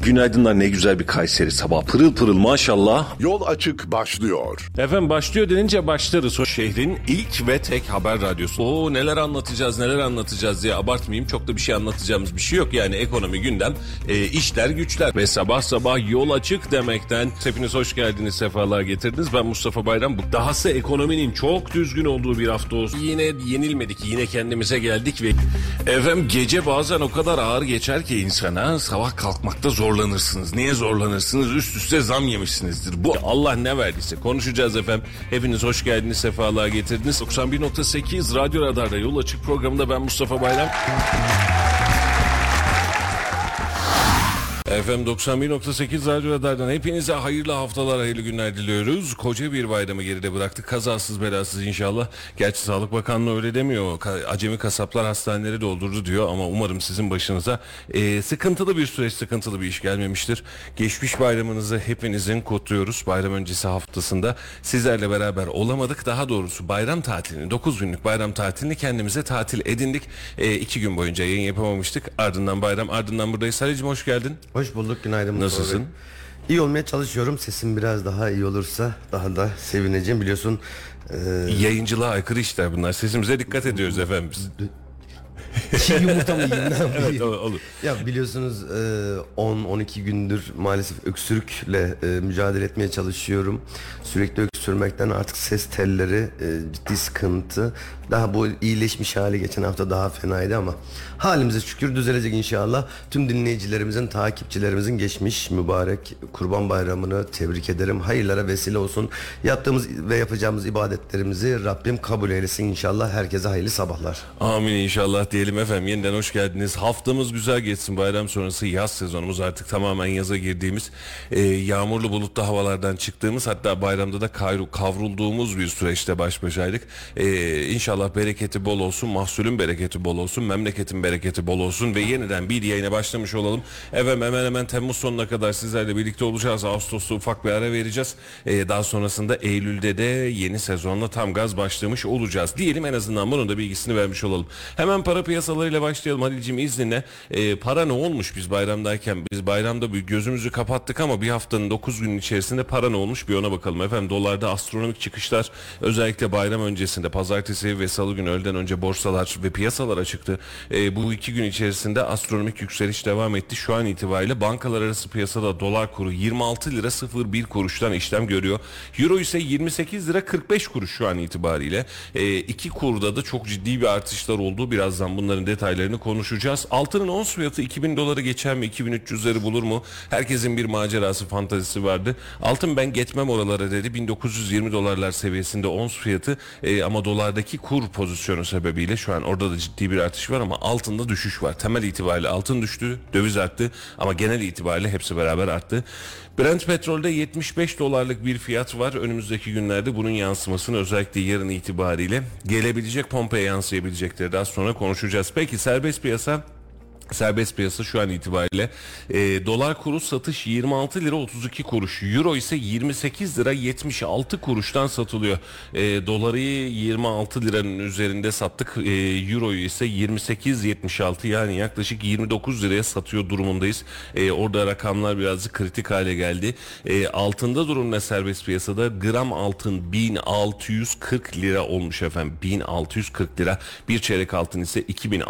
Günaydınlar, ne güzel bir Kayseri sabah. Pırıl pırıl maşallah. Yol Açık başlıyor. Efendim başlıyor denince başlarız. O şehrin ilk ve tek haber radyosu. Oo, neler anlatacağız diye abartmayayım. Çok da bir şey anlatacağımız bir şey yok. Yani ekonomi, gündem, işler güçler. Ve sabah sabah yol açık demekten hepiniz hoş geldiniz, sefalar getirdiniz. Ben Mustafa Bayram. Bu dahası ekonominin çok düzgün olduğu bir hafta olsun. Yine yenilmedik, yine kendimize geldik ve efendim gece bazen o kadar ağır geçer ki insana, sabah kalkmakta zorlanırsınız. Niye zorlanırsınız? Üst üste zam yemişsinizdir. Bu Allah ne verdiyse konuşacağız efendim. Hepiniz hoş geldiniz, sefalar getirdiniz. 91.8 Radyo Radar'da Yol Açık programında ben Mustafa Bayram. FM 91.8 Radyo Radar'dan hepinize hayırlı haftalar, hayırlı günler diliyoruz. Koca bir bayramı geride bıraktık. Kazasız belasız inşallah. Gerçi Sağlık Bakanlığı öyle demiyor. Acemi kasaplar hastaneleri doldurdu diyor ama umarım sizin başınıza sıkıntılı bir süreç, sıkıntılı bir iş gelmemiştir. Geçmiş bayramınızı hepinizin kutluyoruz. Bayram öncesi haftasında sizlerle beraber olamadık. Daha doğrusu bayram tatilini, 9 günlük bayram tatilini kendimize tatil edindik. 2 gün boyunca yayın yapamamıştık. Ardından bayram, ardından buradayız. Halil'cim hoş geldin. Hoş bulduk, günaydın. Nasılsın? İyi olmaya çalışıyorum. Sesim biraz daha iyi olursa daha da sevineceğim. Biliyorsun yayıncılığa aykırı işler bunlar. Sesimize dikkat ediyoruz efendim. yumurta mı yiyeyim? Evet, olur. Ya biliyorsunuz 10-12 gündür maalesef öksürükle mücadele etmeye çalışıyorum. Sürekli öksürmekten artık ses telleri ciddi sıkıntı. Daha bu iyileşmiş hali geçen hafta daha fenaydı ama halimize şükür düzelecek inşallah. Tüm dinleyicilerimizin, takipçilerimizin geçmiş mübarek Kurban Bayramı'nı tebrik ederim. Hayırlara vesile olsun. Yaptığımız ve yapacağımız ibadetlerimizi Rabbim kabul eylesin inşallah. Herkese hayırlı sabahlar. Amin inşallah diyelim efendim. Yeniden hoş geldiniz. Haftamız güzel geçsin. Bayram sonrası yaz sezonumuz, artık tamamen yaza girdiğimiz, yağmurlu bulutlu havalardan çıktığımız, hatta bayramda da kavrulduğumuz bir süreçte baş başaydık. İnşallah bereketi bol olsun, mahsulün bereketi bol olsun, memleketin bereketi bol olsun ve yeniden bir yayına başlamış olalım. Efendim hemen Temmuz sonuna kadar sizlerle birlikte olacağız. Ağustos'ta ufak bir ara vereceğiz. Daha sonrasında Eylül'de de yeni sezonla tam gaz başlamış olacağız diyelim, en azından bunun da bilgisini vermiş olalım. Hemen para piyasalarıyla başlayalım Halil'cim, izninle. Para ne olmuş biz bayramdayken? Biz bayramda bir gözümüzü kapattık ama bir haftanın 9 günün içerisinde para ne olmuş bir ona bakalım. Efendim dolarda astronomik çıkışlar, özellikle bayram öncesinde pazartesi ve salı günü öğleden önce borsalar ve piyasalara çıktı. Bu 2 gün içerisinde astronomik yükseliş devam etti. Şu an itibariyle bankalar arası piyasada dolar kuru 26 lira 01 kuruştan işlem görüyor. Euro ise 28 lira 45 kuruş şu an itibariyle. İki kurda da çok ciddi bir artışlar oldu. Birazdan bunların detaylarını konuşacağız. Altının ons fiyatı 2000 doları geçer mi? 2300'leri bulur mu? Herkesin bir macerası, fantazisi vardı. Altın ben geçmem oralara dedi. 1920 dolarlar seviyesinde ons fiyatı, ama dolardaki kur pozisyonu sebebiyle şu an orada da ciddi bir artış var ama altında düşüş var. Temel itibariyle altın düştü, döviz arttı ama genel itibariyle hepsi beraber arttı. Brent petrolde 75 dolarlık bir fiyat var. Önümüzdeki günlerde bunun yansımasını, özellikle yarın itibariyle gelebilecek pompaya yansıyabilecekleri daha sonra konuşacağız. Peki serbest piyasa şu an itibariyle dolar kuru satış 26 lira 32 kuruş. Euro ise 28 lira 76 kuruştan satılıyor. Doları 26 liranın üzerinde sattık. Euro'yu ise 28.76, yani yaklaşık 29 liraya satıyor durumundayız. Orada rakamlar birazcık kritik hale geldi. Altında durum ne serbest piyasada? Gram altın 1640 lira olmuş efendim. 1640 lira. Bir çeyrek altın ise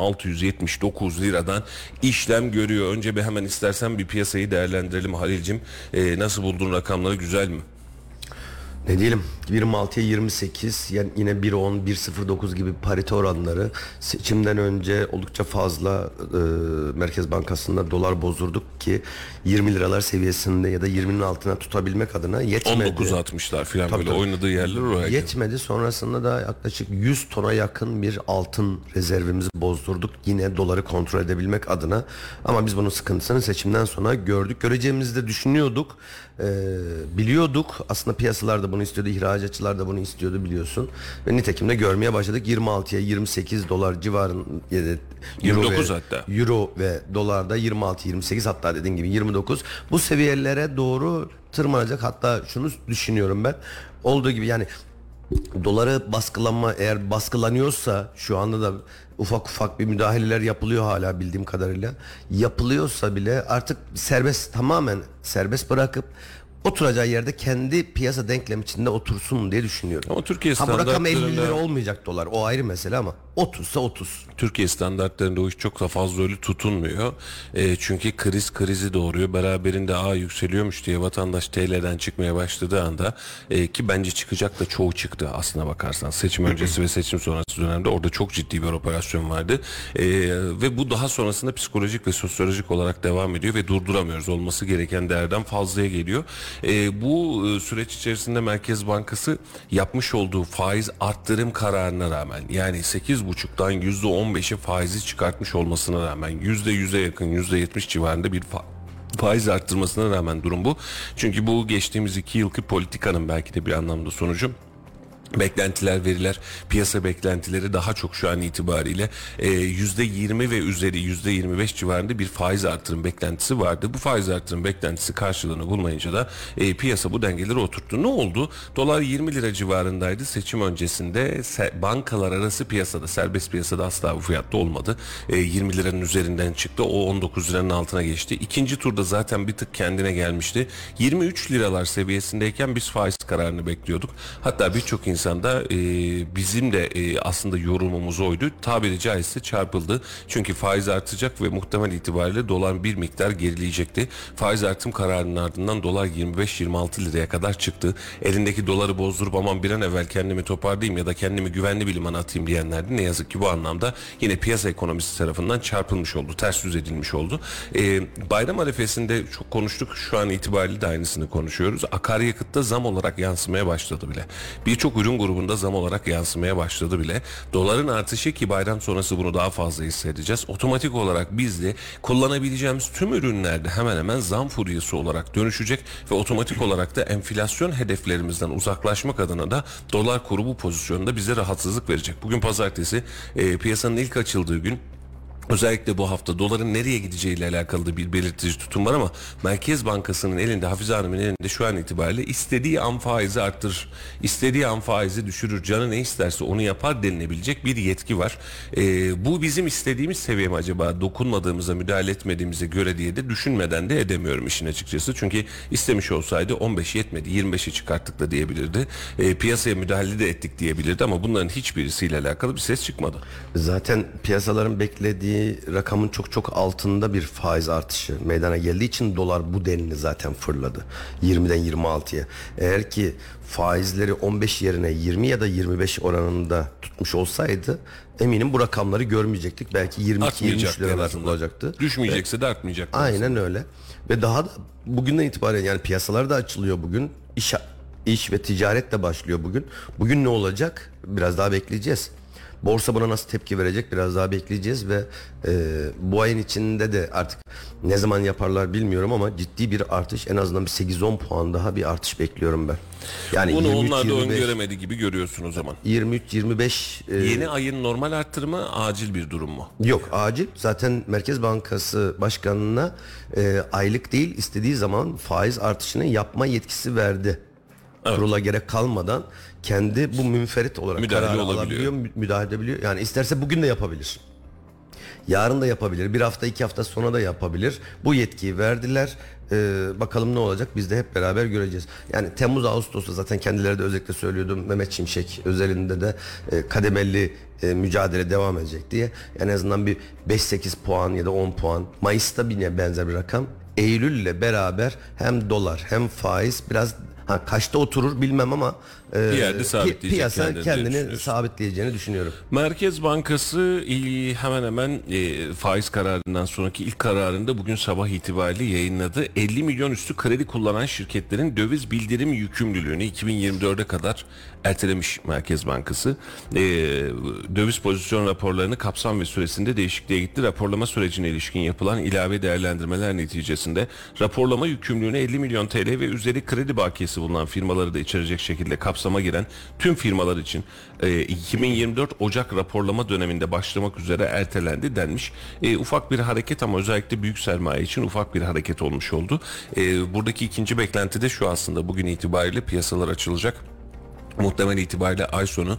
2679 liradan işlem görüyor. Önce bir hemen istersen bir piyasayı değerlendirelim Halil'cim. Nasıl buldun rakamları, güzel mi? Ne diyelim, 26'ya 28, yani yine 1.10, 1.09 gibi parite oranları. Seçimden önce oldukça fazla Merkez Bankası'nda dolar bozdurduk ki 20 liralar seviyesinde ya da 20'nin altına tutabilmek adına yetmedi. 19.60'lar falan böyle oynadığı yerler oraya. Yetmedi. Sonrasında da yaklaşık 100 tona yakın bir altın rezervimizi bozdurduk. Yine doları kontrol edebilmek adına. Ama biz bunun sıkıntısını seçimden sonra gördük. Göreceğimizi de düşünüyorduk. Biliyorduk. Aslında piyasalar da bunu istiyordu. İhracatçılar da bunu istiyordu, biliyorsun. Ve nitekim de görmeye başladık. 26'ya 28 dolar civarında, 29 hatta. Euro ve dolarda 26-28, hatta dediğin gibi 29. Bu seviyelere doğru tırmanacak. Hatta şunu düşünüyorum ben. Olduğu gibi, yani doları baskılanma eğer baskılanıyorsa, şu anda da ufak ufak bir müdahaleler yapılıyor hala bildiğim kadarıyla. Yapılıyorsa bile artık tamamen serbest bırakıp oturacağı yerde kendi piyasa denklem içinde otursun diye düşünüyorum. Ama Türkiye bu rakam 50 lira standartlarında olmayacak dolar. O ayrı mesele ama 30'sa 30. Türkiye standartlarında o iş çok da fazla öyle tutunmuyor. Çünkü krizi doğuruyor. Beraberinde yükseliyormuş diye vatandaş TL'den çıkmaya başladığı anda ki bence çıkacak da çoğu çıktı aslına bakarsan. Seçim öncesi ve seçim sonrası dönemde orada çok ciddi bir operasyon vardı. Ve bu daha sonrasında psikolojik ve sosyolojik olarak devam ediyor ve durduramıyoruz. Olması gereken değerden fazlaya geliyor. Bu süreç içerisinde Merkez Bankası yapmış olduğu faiz arttırım kararına rağmen, yani 8,5'dan %15'e faizi çıkartmış olmasına rağmen, %100'e yakın, %70 civarında bir faiz arttırmasına rağmen durum bu. Çünkü bu geçtiğimiz 2 yılki politikanın belki de bir anlamda sonucu. Beklentiler, veriler, piyasa beklentileri daha çok şu an itibariyle %20 ve üzeri, %25 civarında bir faiz artırım beklentisi vardı. Bu faiz artırım beklentisi karşılığını bulmayınca da piyasa bu dengeleri oturttu. Ne oldu? Dolar 20 lira civarındaydı seçim öncesinde. Bankalar arası piyasada, serbest piyasada asla bu fiyatta olmadı. 20 liranın üzerinden çıktı. O 19 liranın altına geçti. İkinci turda zaten bir tık kendine gelmişti. 23 liralar seviyesindeyken biz faiz kararını bekliyorduk. Hatta birçok insan da bizim de aslında yorumumuz oydu. Tabiri caizse çarpıldı. Çünkü faiz artacak ve muhtemel itibariyle dolar bir miktar gerileyecekti. Faiz artım kararının ardından dolar 25-26 liraya kadar çıktı. Elindeki doları bozdurup aman bir an evvel kendimi toparlayayım ya da kendimi güvenli bir limana atayım diyenler de ne yazık ki bu anlamda yine piyasa ekonomisi tarafından çarpılmış oldu. Ters yüz edilmiş oldu. Bayram arifesinde çok konuştuk. Şu an itibariyle de aynısını konuşuyoruz. Akaryakıtta zam olarak yansımaya başladı bile. Birçok ürün grubunda zam olarak yansımaya başladı bile. Doların artışı, ki bayram sonrası bunu daha fazla hissedeceğiz. Otomatik olarak biz de kullanabileceğimiz tüm ürünlerde hemen hemen zam furyası olarak dönüşecek ve otomatik olarak da enflasyon hedeflerimizden uzaklaşmak adına da dolar kuru bu pozisyonda bize rahatsızlık verecek. Bugün pazartesi, piyasanın ilk açıldığı gün. Özellikle bu hafta doların nereye gideceğiyle alakalı da bir belirtici tutum var ama Merkez Bankası'nın elinde, Hafize Hanım'ın elinde şu an itibariyle istediği an faizi arttırır, istediği an faizi düşürür, canı ne isterse onu yapar denilebilecek bir yetki var. Bu bizim istediğimiz seviye mi acaba, dokunmadığımıza, müdahale etmediğimize göre diye de düşünmeden de edemiyorum işin açıkçası. Çünkü istemiş olsaydı 15 yetmedi 25'i çıkarttık da diyebilirdi. Piyasaya müdahale de ettik diyebilirdi ama bunların hiçbirisiyle alakalı bir ses çıkmadı. Zaten piyasaların beklediği rakamın çok çok altında bir faiz artışı meydana geldiği için dolar bu denli zaten fırladı. 20'den 26'ya. Eğer ki faizleri 15 yerine 20 ya da 25 oranında tutmuş olsaydı eminim bu rakamları görmeyecektik. Belki 22-23 liralar olacaktı. Düşmeyecekse de artmayacaktı. Aynen öyle. Ve daha da bugünden itibaren, yani piyasalar da açılıyor bugün. İş ve ticaret de başlıyor bugün. Bugün ne olacak? Biraz daha bekleyeceğiz. Borsa buna nasıl tepki verecek, biraz daha bekleyeceğiz ve bu ayın içinde de artık ne zaman yaparlar bilmiyorum ama ciddi bir artış, en azından bir 8-10 puan daha bir artış bekliyorum ben. Yani bunu 23, onlar da 25, öngöremedi gibi görüyorsun o zaman. 23-25 Yeni ayın normal arttırımı acil bir durum mu? Yok, acil. Zaten Merkez Bankası Başkanı'na aylık değil, istediği zaman faiz artışını yapma yetkisi verdi. Evet. Kurula gerek kalmadan kendi bu münferit olarak kararı alabiliyor, müdahale edebiliyor. Yani isterse bugün de yapabilir. Yarın da yapabilir. Bir hafta 2 hafta sonra da yapabilir. Bu yetkiyi verdiler. Bakalım ne olacak, biz de hep beraber göreceğiz. Yani Temmuz Ağustos'ta zaten kendileri de özellikle söylüyordum, Mehmet Şimşek özelinde de kademeli mücadele devam edecek diye. En azından bir 5-8 puan ya da 10 puan. Mayıs'ta yine benzer bir rakam. Eylül'le beraber hem dolar hem faiz biraz kaçta oturur bilmem ama bir yerde sabitleyecek, piyasa kendini sabitleyeceğini düşünüyorum. Merkez Bankası hemen hemen faiz kararından sonraki ilk kararında bugün sabah itibariyle yayınladı. 50 milyon üstü kredi kullanan şirketlerin döviz bildirim yükümlülüğünü 2024'e kadar ertelemiş Merkez Bankası. Döviz pozisyon raporlarını kapsam ve süresinde değişikliğe gitti. Raporlama sürecine ilişkin yapılan ilave değerlendirmeler neticesinde raporlama yükümlülüğüne 50 milyon TL ve üzeri kredi bakiyesi bulunan firmaları da içerecek şekilde kapsama giren tüm firmalar için 2024 Ocak raporlama döneminde başlamak üzere ertelendi denmiş. Ufak bir hareket ama özellikle büyük sermaye için ufak bir hareket olmuş oldu. Buradaki ikinci beklenti de şu aslında: bugün itibariyle piyasalar açılacak. Muhtemel itibariyle ay sonu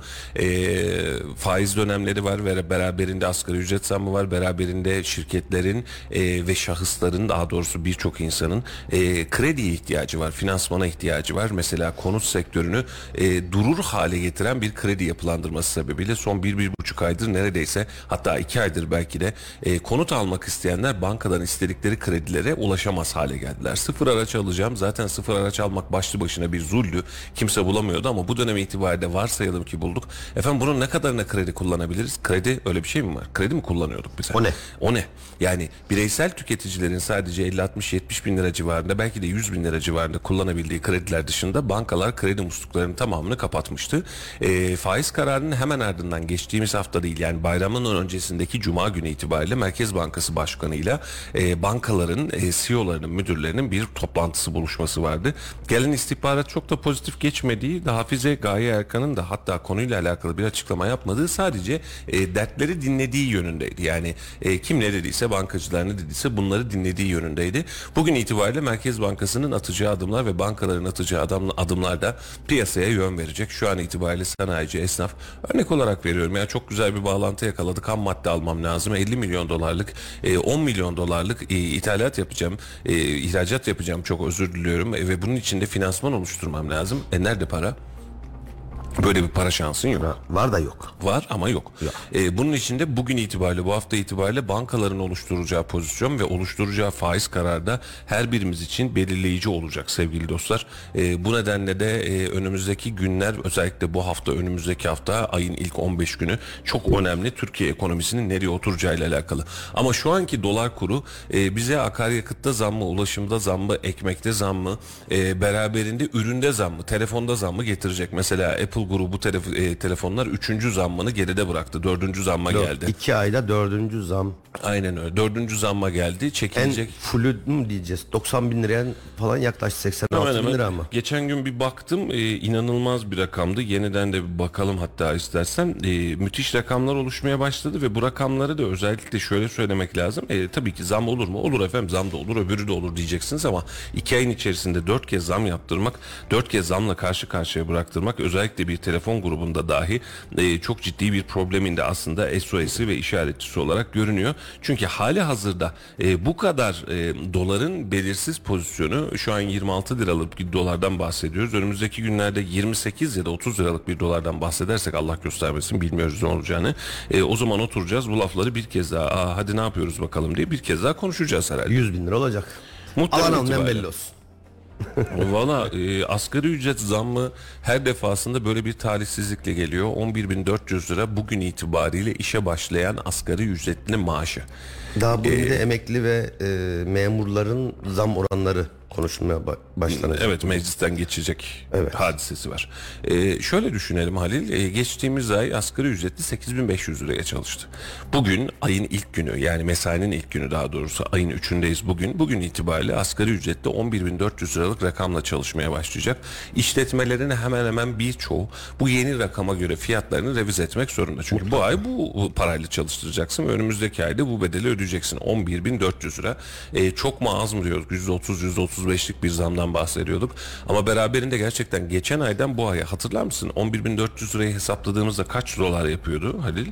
faiz dönemleri var ve beraberinde asgari ücret zammı var. Beraberinde şirketlerin ve şahısların, daha doğrusu birçok insanın krediye ihtiyacı var, finansmana ihtiyacı var. Mesela konut sektörünü durur hale getiren bir kredi yapılandırması sebebiyle son 1-1,5 aydır neredeyse, hatta 2 aydır belki de konut almak isteyenler bankadan istedikleri kredilere ulaşamaz hale geldiler. Sıfır araç alacağım. Zaten sıfır araç almak başlı başına bir zuldü. Kimse bulamıyordu ama bu dönem itibariyle varsayalım ki bulduk. Efendim bunun ne kadarına kredi kullanabiliriz? Kredi, öyle bir şey mi var? Kredi mi kullanıyorduk biz? O ne? O ne? Yani bireysel tüketicilerin sadece 50-60-70 bin lira civarında, belki de 100 bin lira civarında kullanabildiği krediler dışında bankalar kredi musluklarının tamamını kapatmıştı. Faiz kararının hemen ardından geçtiğimiz hafta değil, yani bayramın öncesindeki Cuma günü itibariyle Merkez Bankası Başkanı'yla bankaların CEO'larının, müdürlerinin bir toplantısı, buluşması vardı. Gelen istihbarat çok da pozitif geçmediği, Hafize Gaye Erkan'ın da hatta konuyla alakalı bir açıklama yapmadığı, sadece dertleri dinlediği yönündeydi. Yani kim ne dediyse, bankacılar ne dediyse bunları dinlediği yönündeydi. Bugün itibariyle Merkez Bankası'nın atacağı adımlar ve bankaların atacağı adımlar da piyasaya yön verecek. Şu an itibariyle sanayici, esnaf, örnek olarak veriyorum. Yani çok güzel bir bağlantı yakaladık. Ham madde almam lazım. 50 milyon dolarlık, 10 milyon dolarlık ihracat yapacağım, çok özür diliyorum. Ve bunun için de finansman oluşturmam lazım. Nerede para? Böyle bir para şansın yok. Var da yok. Var ama yok. Bunun için de bugün itibariyle, bu hafta itibariyle bankaların oluşturacağı pozisyon ve oluşturacağı faiz kararı da her birimiz için belirleyici olacak sevgili dostlar. Bu nedenle de önümüzdeki günler, özellikle bu hafta, önümüzdeki hafta, ayın ilk 15 günü çok önemli, Türkiye ekonomisinin nereye oturacağıyla alakalı. Ama şu anki dolar kuru bize akaryakıtta zammı, ulaşımda zammı, ekmekte zammı, beraberinde üründe zammı, telefonda zammı getirecek. Mesela Apple grubu telefonlar 3. zammını geride bıraktı. 4. zamma geldi. 2 ayda 4. zam. Aynen öyle. 4. zamma geldi. Çekilecek. En fullü mü diyeceğiz? 90 bin liraya falan yaklaştı, 86 bin lira ama. Geçen gün bir baktım, inanılmaz bir rakamdı. Yeniden de bir bakalım hatta istersen. Müthiş rakamlar oluşmaya başladı ve bu rakamları da özellikle şöyle söylemek lazım. Tabii ki zam olur mu? Olur efendim, zam da olur, öbürü de olur diyeceksiniz ama 2 ayın içerisinde 4 kez zam yaptırmak, 4 kez zamla karşı karşıya bıraktırmak, özellikle bir telefon grubunda dahi çok ciddi bir problemin de aslında SOS'i ve işaretçisi olarak görünüyor. Çünkü hali hazırda bu kadar doların belirsiz pozisyonu, şu an 26 liralık bir dolardan bahsediyoruz. Önümüzdeki günlerde 28 ya da 30 liralık bir dolardan bahsedersek, Allah göstermesin, bilmiyoruz ne olacağını. O zaman oturacağız, bu lafları bir kez daha hadi ne yapıyoruz bakalım diye bir kez daha konuşacağız herhalde. 100 bin lira olacak. Alan almayan belli olsun. Valla asgari ücret zammı her defasında böyle bir talihsizlikle geliyor. 11.400 lira bugün itibariyle işe başlayan asgari ücretlinin maaşı. Daha bugün de emekli ve memurların zam oranları konuşulmaya başlanacak. Evet, meclisten geçecek Evet. hadisesi var. Şöyle düşünelim Halil, geçtiğimiz ay asgari ücretli 8.500 liraya çalıştı. Bugün ayın ilk günü, yani mesainin ilk günü, daha doğrusu ayın 3'ündeyiz bugün. Bugün itibariyle asgari ücretli 11.400 liralık rakamla çalışmaya başlayacak. İşletmelerin hemen hemen birçoğu bu yeni rakama göre fiyatlarını revize etmek zorunda. Çünkü bu ay bu parayla çalıştıracaksın ve önümüzdeki ayda bu bedeli ödeyeceksin. 11.400 lira. Çok mu az mı diyorduk? %30-%35'lik bir zamdan bahsediyorduk. Ama beraberinde gerçekten geçen aydan bu aya, hatırlar mısın? 11.400 lirayı hesapladığımızda kaç dolar yapıyordu Halil?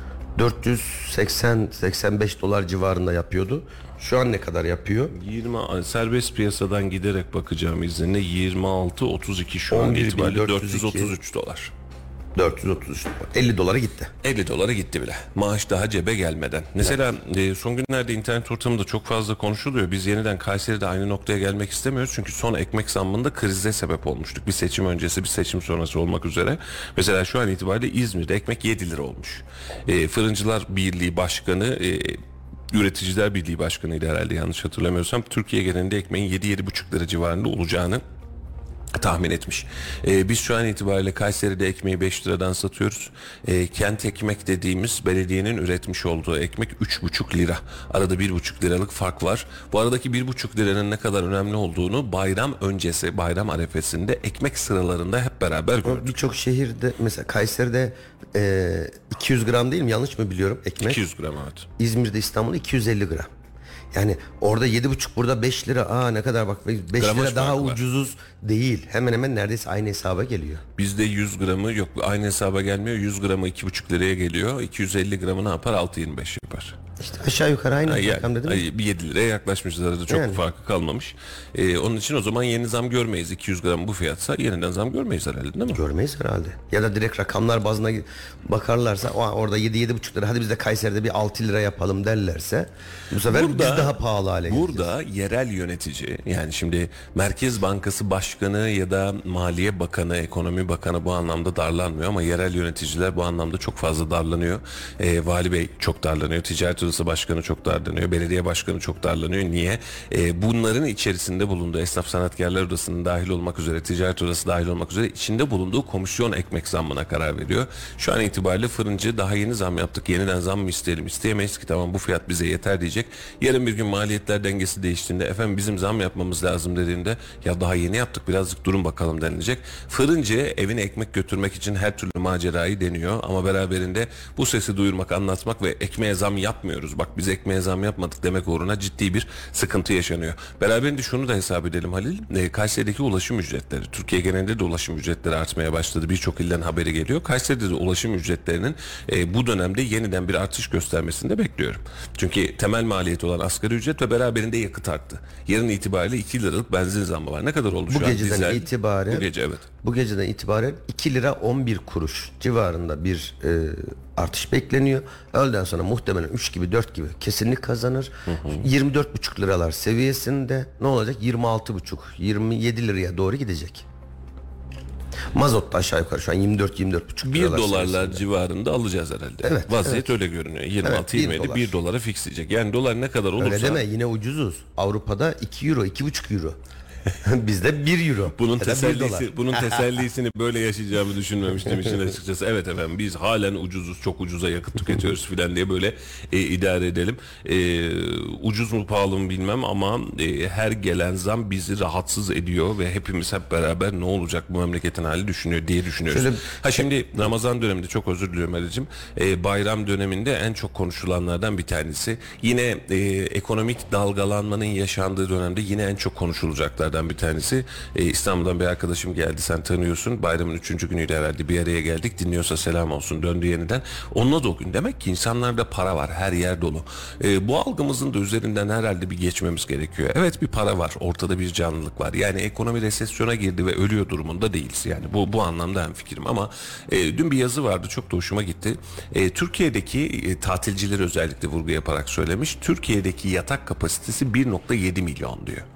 480-85 dolar civarında yapıyordu. Şu an ne kadar yapıyor? 20 serbest piyasadan giderek bakacağım izninle, 26-32 şu an itibariyle 433 dolar. 433 dolar. 50 dolara gitti. 50 dolara gitti bile. Maaş daha cebe gelmeden. Mesela son günlerde internet ortamında çok fazla konuşuluyor. Biz yeniden Kayseri'de aynı noktaya gelmek istemiyoruz. Çünkü son ekmek zammında krize sebep olmuştuk. Bir seçim öncesi, bir seçim sonrası olmak üzere. Mesela şu an itibariyle İzmir'de ekmek 7 lira olmuş. Fırıncılar Birliği Başkanı, Üreticiler Birliği Başkanı'ydı herhalde, yanlış hatırlamıyorsam, Türkiye genelinde ekmeğin 7-7,5 lira civarında olacağını tahmin etmiş. Biz şu an itibariyle Kayseri'de ekmeği 5 liradan satıyoruz. Kent ekmek dediğimiz belediyenin üretmiş olduğu ekmek 3,5 lira. Arada 1,5 liralık fark var. Bu aradaki 1,5 liranın ne kadar önemli olduğunu bayram öncesi, bayram arefesinde ekmek sıralarında hep beraber gördük. Birçok şehirde, mesela Kayseri'de 200 gram değil mi? Yanlış mı biliyorum ekmek? 200 gram, evet. İzmir'de, İstanbul'da 250 gram. Yani orada 7,5 burada 5 lira. Ne kadar bak 5 Gramaj lira daha farkı var. ucuzuz değil. Hemen hemen neredeyse aynı hesaba geliyor. Bizde 100 gramı yok, aynı hesaba gelmiyor. 100 gramı 2,5 liraya geliyor. 250 gramı ne yapar? 6,25 yapar. İşte aşağı yukarı aynı rakam dedim. Bir 7 liraya yaklaşmışız, arada çok Yani. farkı kalmamış. Onun için o zaman yeni zam görmeyiz. 200 gram bu fiyatsa yeniden zam görmeyiz herhalde, değil mi? Görmeyiz herhalde. Ya da direkt rakamlar bazına bakarlarsa orada 7-7,5 lira, hadi biz de Kayseri'de bir 6 lira yapalım derlerse bu sefer biz daha pahalı hale geleceğiz. Burada yerel yönetici, yani şimdi Merkez Bankası Başkanı ya da Maliye Bakanı, Ekonomi Bakanı bu anlamda darlanmıyor ama yerel yöneticiler bu anlamda çok fazla darlanıyor. Vali Bey çok darlanıyor. Ticaret Odası Başkanı çok darlanıyor. Belediye Başkanı çok darlanıyor. Niye? Bunların içerisinde bulunduğu Esnaf Sanatkarlar Odası'nın dahil olmak üzere, Ticaret Odası dahil olmak üzere içinde bulunduğu komisyon ekmek zammına karar veriyor. Şu an itibariyle fırıncı daha yeni zam yaptık, yeniden zam mı isteyelim? İsteyemeyiz ki, tamam bu fiyat bize yeter diyecek. Yarın bir gün maliyetler dengesi değiştiğinde, efendim bizim zam yapmamız lazım dediğinde, ya daha yeni yaptık birazcık durun bakalım denilecek. Fırıncı evine ekmek götürmek için her türlü macerayı deniyor ama beraberinde bu sesi duyurmak, anlatmak ve ekmeğe zam yapmıyoruz, bak biz ekmeğe zam yapmadık demek uğruna ciddi bir sıkıntı yaşanıyor. Beraberinde şunu da hesap edelim Halil. Kayseri'deki ulaşım ücretleri, Türkiye genelinde de ulaşım ücretleri artmaya başladı. Birçok ilden haberi geliyor. Kayseri'de de ulaşım ücretlerinin bu dönemde yeniden bir artış göstermesini de bekliyorum. Çünkü temel maliyeti olan asgari ücret ve beraberinde yakıt arttı. Yarın itibariyle 2 liralık benzin zammı var. Ne kadar oldu şu an? Bu gece, evet. Bu geceden itibaren 2 lira 11 kuruş civarında bir artış bekleniyor. Öğleden sonra muhtemelen 3 gibi 4 gibi kesinlik kazanır. 24,5 liralar seviyesinde ne olacak? 26,5 27 liraya doğru gidecek. Mazot da aşağı yukarı şu an 24,5 1 liralar dolarlar seviyesinde. civarında alacağız herhalde. Evet, Vaziyet öyle görünüyor. 26-27 1 dolara fixleyecek. Yani dolar ne kadar olursa. Öyle deme, yine ucuzuz. Avrupa'da 2 euro, 2,5 euro. Bizde 1 euro. Bunun tesellisini böyle yaşayacağımı düşünmemiştim işin açıkçası. Evet efendim, biz halen ucuzuz, çok ucuza yakıt tüketiyoruz filan diye böyle idare edelim. Ucuz mu pahalı mı bilmem ama her gelen zam bizi rahatsız ediyor ve hepimiz hep beraber ne olacak bu memleketin hali düşünüyoruz. Şimdi Ramazan döneminde, çok özür diliyorum Ali'cim, bayram döneminde en çok konuşulanlardan bir tanesi. Yine ekonomik dalgalanmanın yaşandığı dönemde yine en çok konuşulacaklar bir tanesi. İstanbul'dan bir arkadaşım geldi, sen tanıyorsun. Bayramın 3. günüydü herhalde, bir araya geldik. Dinliyorsa selam olsun, döndü yeniden. Onunla da o gün. Demek ki insanlarda para var, her yer dolu. Bu algımızın da üzerinden herhalde bir geçmemiz gerekiyor. Evet, bir para var, ortada bir canlılık var. Yani ekonomi resesyona girdi ve ölüyor durumunda değiliz. Yani bu anlamda hemfikirim ama dün bir yazı vardı, çok da hoşuma gitti. Türkiye'deki tatilciler özellikle vurgu yaparak söylemiş. Türkiye'deki yatak kapasitesi 1,7 milyon diyor.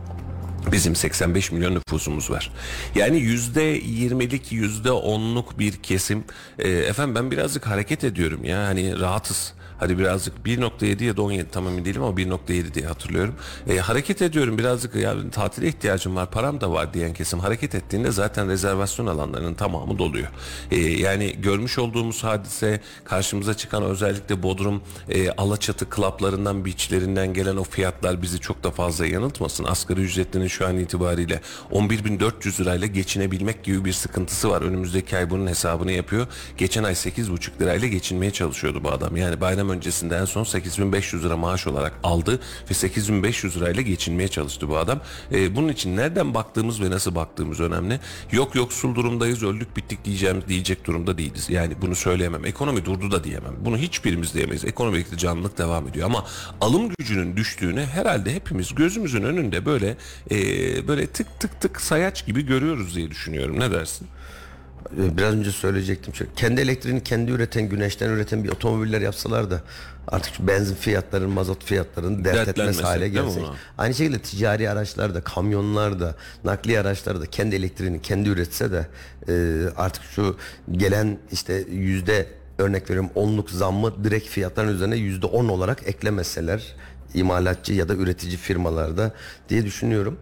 Bizim 85 milyon nüfusumuz var. Yani %20'lik, %10'luk bir kesim. Efendim ben birazcık hareket ediyorum ya, hani rahatız. Hadi birazcık 1,7 ya da 17 tam emin değilim ama 1,7 diye hatırlıyorum. Hareket ediyorum birazcık, ya tatile ihtiyacım var, param da var diyen kesim hareket ettiğinde zaten rezervasyon alanlarının tamamı doluyor. Yani görmüş olduğumuz hadise, karşımıza çıkan özellikle Bodrum, Alaçatı klaplarından, beachlerinden gelen o fiyatlar bizi çok da fazla yanıltmasın. Asgari ücretlinin şu an itibariyle 11.400 lirayla geçinebilmek gibi bir sıkıntısı var. Önümüzdeki ay bunun hesabını yapıyor. Geçen ay 8,5 lirayla geçinmeye çalışıyordu bu adam. Yani bayram öncesinde en son 8.500 lira maaş olarak aldı ve 8.500 lirayla geçinmeye çalıştı bu adam. Bunun için nereden baktığımız ve nasıl baktığımız önemli. Yok yoksul durumdayız, öldük bittik diyecek durumda değiliz. Yani bunu söyleyemem. Ekonomi durdu da diyemem. Bunu hiçbirimiz diyemeyiz. Ekonomik canlılık devam ediyor ama alım gücünün düştüğünü herhalde hepimiz gözümüzün önünde böyle tık tık tık sayaç gibi görüyoruz diye düşünüyorum. Ne dersin? Biraz önce söyleyecektim. Kendi elektriğini kendi üreten, güneşten üreten bir otomobiller yapsalar da artık şu benzin fiyatlarının, mazot fiyatlarının dert etmez hale gelsek. Aynı şekilde ticari araçlar da, kamyonlar da, nakliye araçları da kendi elektriğini kendi üretse de artık şu gelen işte örnek veriyorum 10'luk zammı direkt fiyatların üzerine %10 olarak eklemeseler imalatçı ya da üretici firmalarda diye düşünüyorum.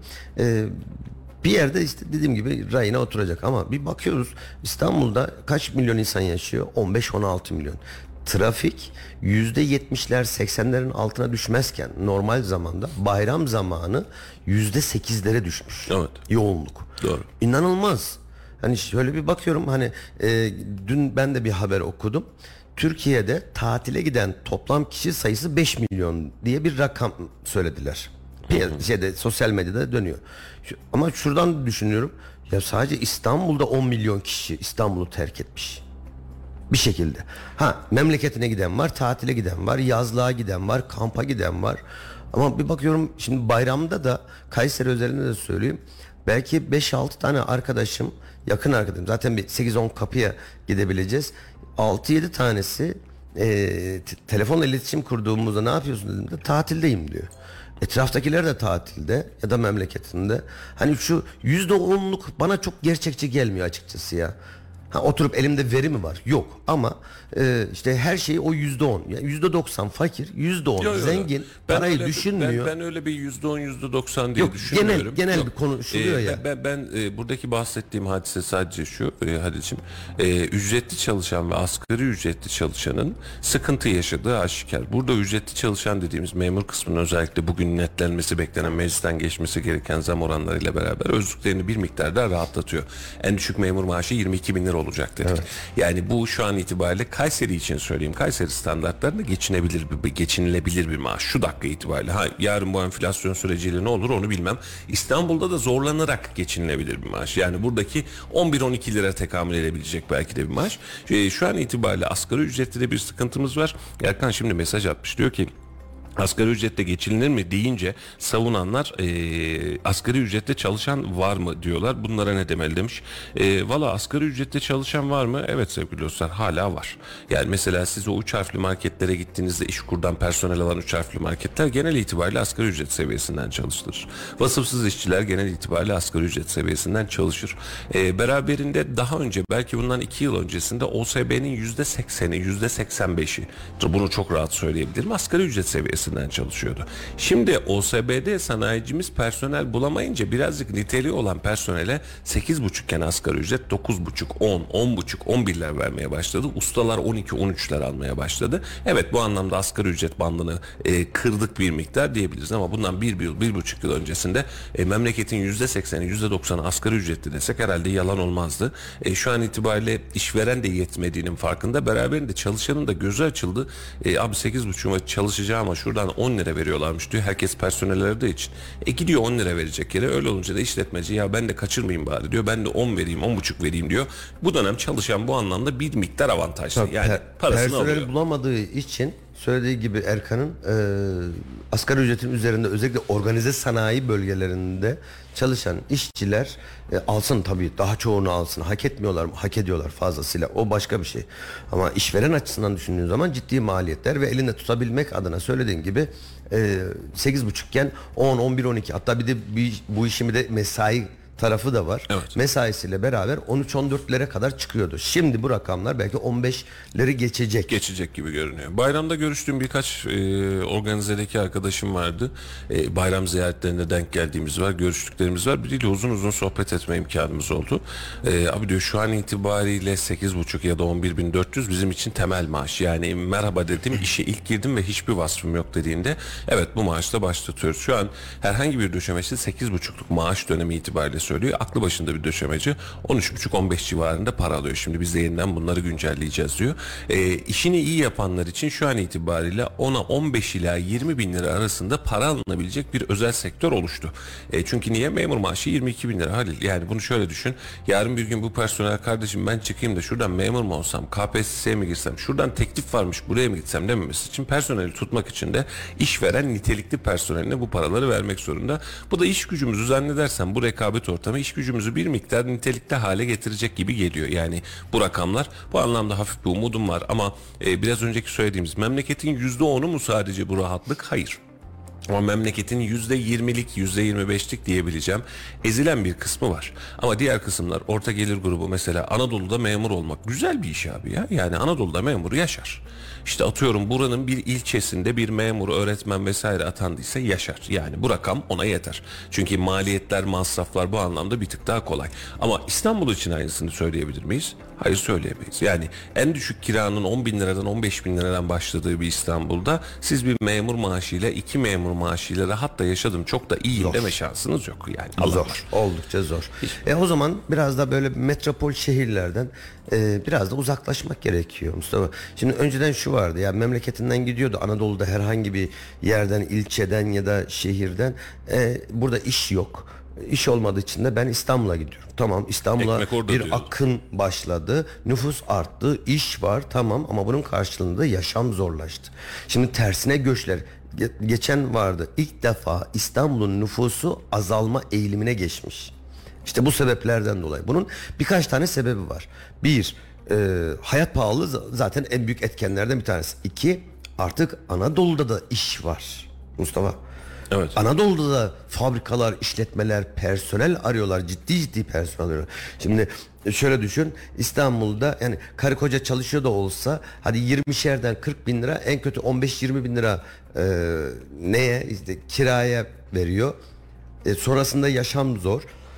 Bir yerde işte dediğim gibi rayına oturacak ama bir bakıyoruz İstanbul'da kaç milyon insan yaşıyor? 15-16 milyon. Trafik %70'ler 80'lerin altına düşmezken normal zamanda bayram zamanı %8'lere düşmüş. Evet. Yoğunluk. Doğru. İnanılmaz. Hani şöyle bir bakıyorum, hani dün ben de bir haber okudum. Türkiye'de tatile giden toplam kişi sayısı 5 milyon diye bir rakam söylediler. Sosyal medyada dönüyor. Ama şuradan düşünüyorum. Ya sadece İstanbul'da 10 milyon kişi İstanbul'u terk etmiş. Bir şekilde. Memleketine giden var, tatile giden var, yazlığa giden var, kampa giden var. Ama bir bakıyorum şimdi bayramda da Kayseri özelinde de söyleyeyim. Belki 5-6 tane arkadaşım, yakın arkadaşım. Zaten bir 8-10 kapıya gidebileceğiz. 6-7 tanesi telefonla iletişim kurduğumuzda ne yapıyorsun dediğimde tatildeyim diyor. Etraftakiler de tatilde ya da memleketinde. Hani şu %10'luk bana çok gerçekçi gelmiyor açıkçası ya. Oturup elimde veri mi var? Yok. Ama işte her şey o %10. Yani %90 fakir, %10 zengin. Parayı düşünmüyor. Ben öyle bir %10, %90 diye düşünmüyorum. Genel bir konuşuluyor ya. Ben buradaki bahsettiğim hadise sadece şu Halil'ciğim. Ücretli çalışan ve asgari ücretli çalışanın sıkıntı yaşadığı aşikar. Burada ücretli çalışan dediğimiz memur kısmının özellikle bugün netlenmesi beklenen meclisten geçmesi gereken zam oranlarıyla beraber özlüklerini bir miktar daha rahatlatıyor. En düşük memur maaşı 22 bin lira olacak dedik. Evet. Yani bu şu an itibariyle Kayseri için söyleyeyim. Kayseri standartlarında geçinilebilir bir maaş. Şu dakika itibariyle. Yarın bu enflasyon süreciyle ne olur onu bilmem. İstanbul'da da zorlanarak geçinilebilir bir maaş. Yani buradaki 11-12 lira tekamül edebilecek belki de bir maaş. Şu an itibariyle asgari ücretli de bir sıkıntımız var. Erkan şimdi mesaj atmış. Diyor ki asgari ücretle geçinilir mi deyince savunanlar asgari ücretle çalışan var mı diyorlar. Bunlara ne demeli demiş. Valla asgari ücretle çalışan var mı? Evet sevgili dostlar, hala var. Yani mesela siz o 3 harfli marketlere gittiğinizde İşkur'dan personel alan 3 harfli marketler genel itibariyle asgari ücret seviyesinden çalıştırır. Vasıfsız işçiler genel itibariyle asgari ücret seviyesinden çalışır. Beraberinde daha önce belki bundan 2 yıl öncesinde OSB'nin %80'i %85'i bunu çok rahat söyleyebilirim asgari ücret seviyesi çalışıyordu. Şimdi OSB'de sanayicimiz personel bulamayınca birazcık niteliği olan personele 8,5 iken asgari ücret 9,5, 10, 10,5, 11'ler vermeye başladı. Ustalar 12, 13'ler almaya başladı. Evet, bu anlamda asgari ücret bandını kırdık bir miktar diyebiliriz ama bundan 1,5 yıl öncesinde memleketin %80'i, %90'ı asgari ücretli desek herhalde yalan olmazdı. Şu an itibariyle işveren de yetmediğinin farkında. Beraberinde çalışanın da gözü açıldı. Abi 8,5'uma çalışacağım ama şuradan 10 lira veriyorlarmış diyor. Herkes personel aradığı için. Gidiyor 10 lira verecek yere. Öyle olunca da işletmeci ya ben de kaçırmayayım bari diyor. Ben de 10 vereyim, 10,5 vereyim diyor. Bu dönem çalışan bu anlamda bir miktar avantajlı. Yani parasını alıyor. Personel bulamadığı için söylediği gibi Erkan'ın asgari ücretin üzerinde özellikle organize sanayi bölgelerinde çalışan işçiler alsın tabii, daha çoğunu alsın. Hak etmiyorlar mı? Hak ediyorlar fazlasıyla. O başka bir şey. Ama işveren açısından düşündüğün zaman ciddi maliyetler ve elinde tutabilmek adına söylediğin gibi 8,5 iken 10, 11, 12 hatta bir de bu işimi de mesai tarafı da var. Evet. Mesaisiyle beraber 13-14'lere kadar çıkıyordu. Şimdi bu rakamlar belki 15'leri geçecek. Geçecek gibi görünüyor. Bayramda görüştüğüm birkaç organizedeki arkadaşım vardı. Bayram ziyaretlerine denk geldiğimiz var, görüştüklerimiz var. Biriyle uzun uzun sohbet etme imkanımız oldu. Abi diyor şu an itibariyle 8,5 ya da 11.400 bizim için temel maaş. Yani merhaba dedim, işe ilk girdim ve hiçbir vasfım yok dediğinde evet bu maaşla başlatıyoruz. Şu an herhangi bir döşemesi 8,5'luk maaş dönemi itibariyle söylüyor. Aklı başında bir döşemeci 13,5-15 civarında para alıyor. Şimdi biz de yeniden bunları güncelleyeceğiz diyor. İşini iyi yapanlar için şu an itibariyle 10'a 15 ila 20 bin lira arasında para alınabilecek bir özel sektör oluştu. Çünkü niye? Memur maaşı 22 bin lira Halil. Yani bunu şöyle düşün. Yarın bir gün bu personel kardeşim ben çıkayım da şuradan memur mu olsam, KPSS'ye mi girsem, şuradan teklif varmış buraya mı gitsem dememesi için personeli tutmak için de işveren nitelikli personeline bu paraları vermek zorunda. Bu da iş gücümüzü zannedersem bu rekabet ortamı iş gücümüzü bir miktar nitelikli hale getirecek gibi geliyor. Yani bu rakamlar, bu anlamda hafif bir umudum var ama biraz önceki söylediğimiz memleketin %10'u mu sadece bu rahatlık? Hayır. Ama memleketin %20'lik, %25'lik diyebileceğim ezilen bir kısmı var. Ama diğer kısımlar, orta gelir grubu mesela Anadolu'da memur olmak güzel bir iş abi ya. Yani Anadolu'da memur yaşar. İşte atıyorum buranın bir ilçesinde bir memur, öğretmen vesaire atandıysa yaşar. Yani bu rakam ona yeter. Çünkü maliyetler, masraflar bu anlamda bir tık daha kolay. Ama İstanbul için aynısını söyleyebilir miyiz? Hayır, söyleyemeyiz. Yani en düşük kiranın 10 bin liradan 15 bin liradan başladığı bir İstanbul'da siz bir memur maaşıyla 2 memur maaşıyla rahat da yaşadım, çok da iyiyim deme şansınız yok yani. Allah var. Zor, oldukça zor. O zaman biraz da böyle metropol şehirlerden biraz da uzaklaşmak gerekiyor Mustafa. Şimdi önceden şu vardı ya, memleketinden gidiyordu Anadolu'da herhangi bir yerden, ilçeden ya da şehirden, burada iş yok. İş olmadığı için de ben İstanbul'a gidiyorum. Tamam, İstanbul'a bir diyoruz. akın başladı. Nüfus arttı, iş var, tamam, ama bunun karşılığında yaşam zorlaştı. Şimdi tersine göçler. Geçen vardı. İlk defa İstanbul'un nüfusu azalma eğilimine geçmiş. İşte bu sebeplerden dolayı. Bunun birkaç tane sebebi var. Bir, hayat pahalılığı zaten en büyük etkenlerden bir tanesi. İki, artık Anadolu'da da iş var Mustafa. Evet. Anadolu'da da fabrikalar, işletmeler personel arıyorlar. Ciddi personel arıyorlar. Şimdi şöyle düşün. İstanbul'da yani karı koca çalışıyor da olsa, hadi 20'şerden 40 bin lira, en kötü 15-20 bin lira neye, işte kiraya veriyor. Sonrasında yaşam zor.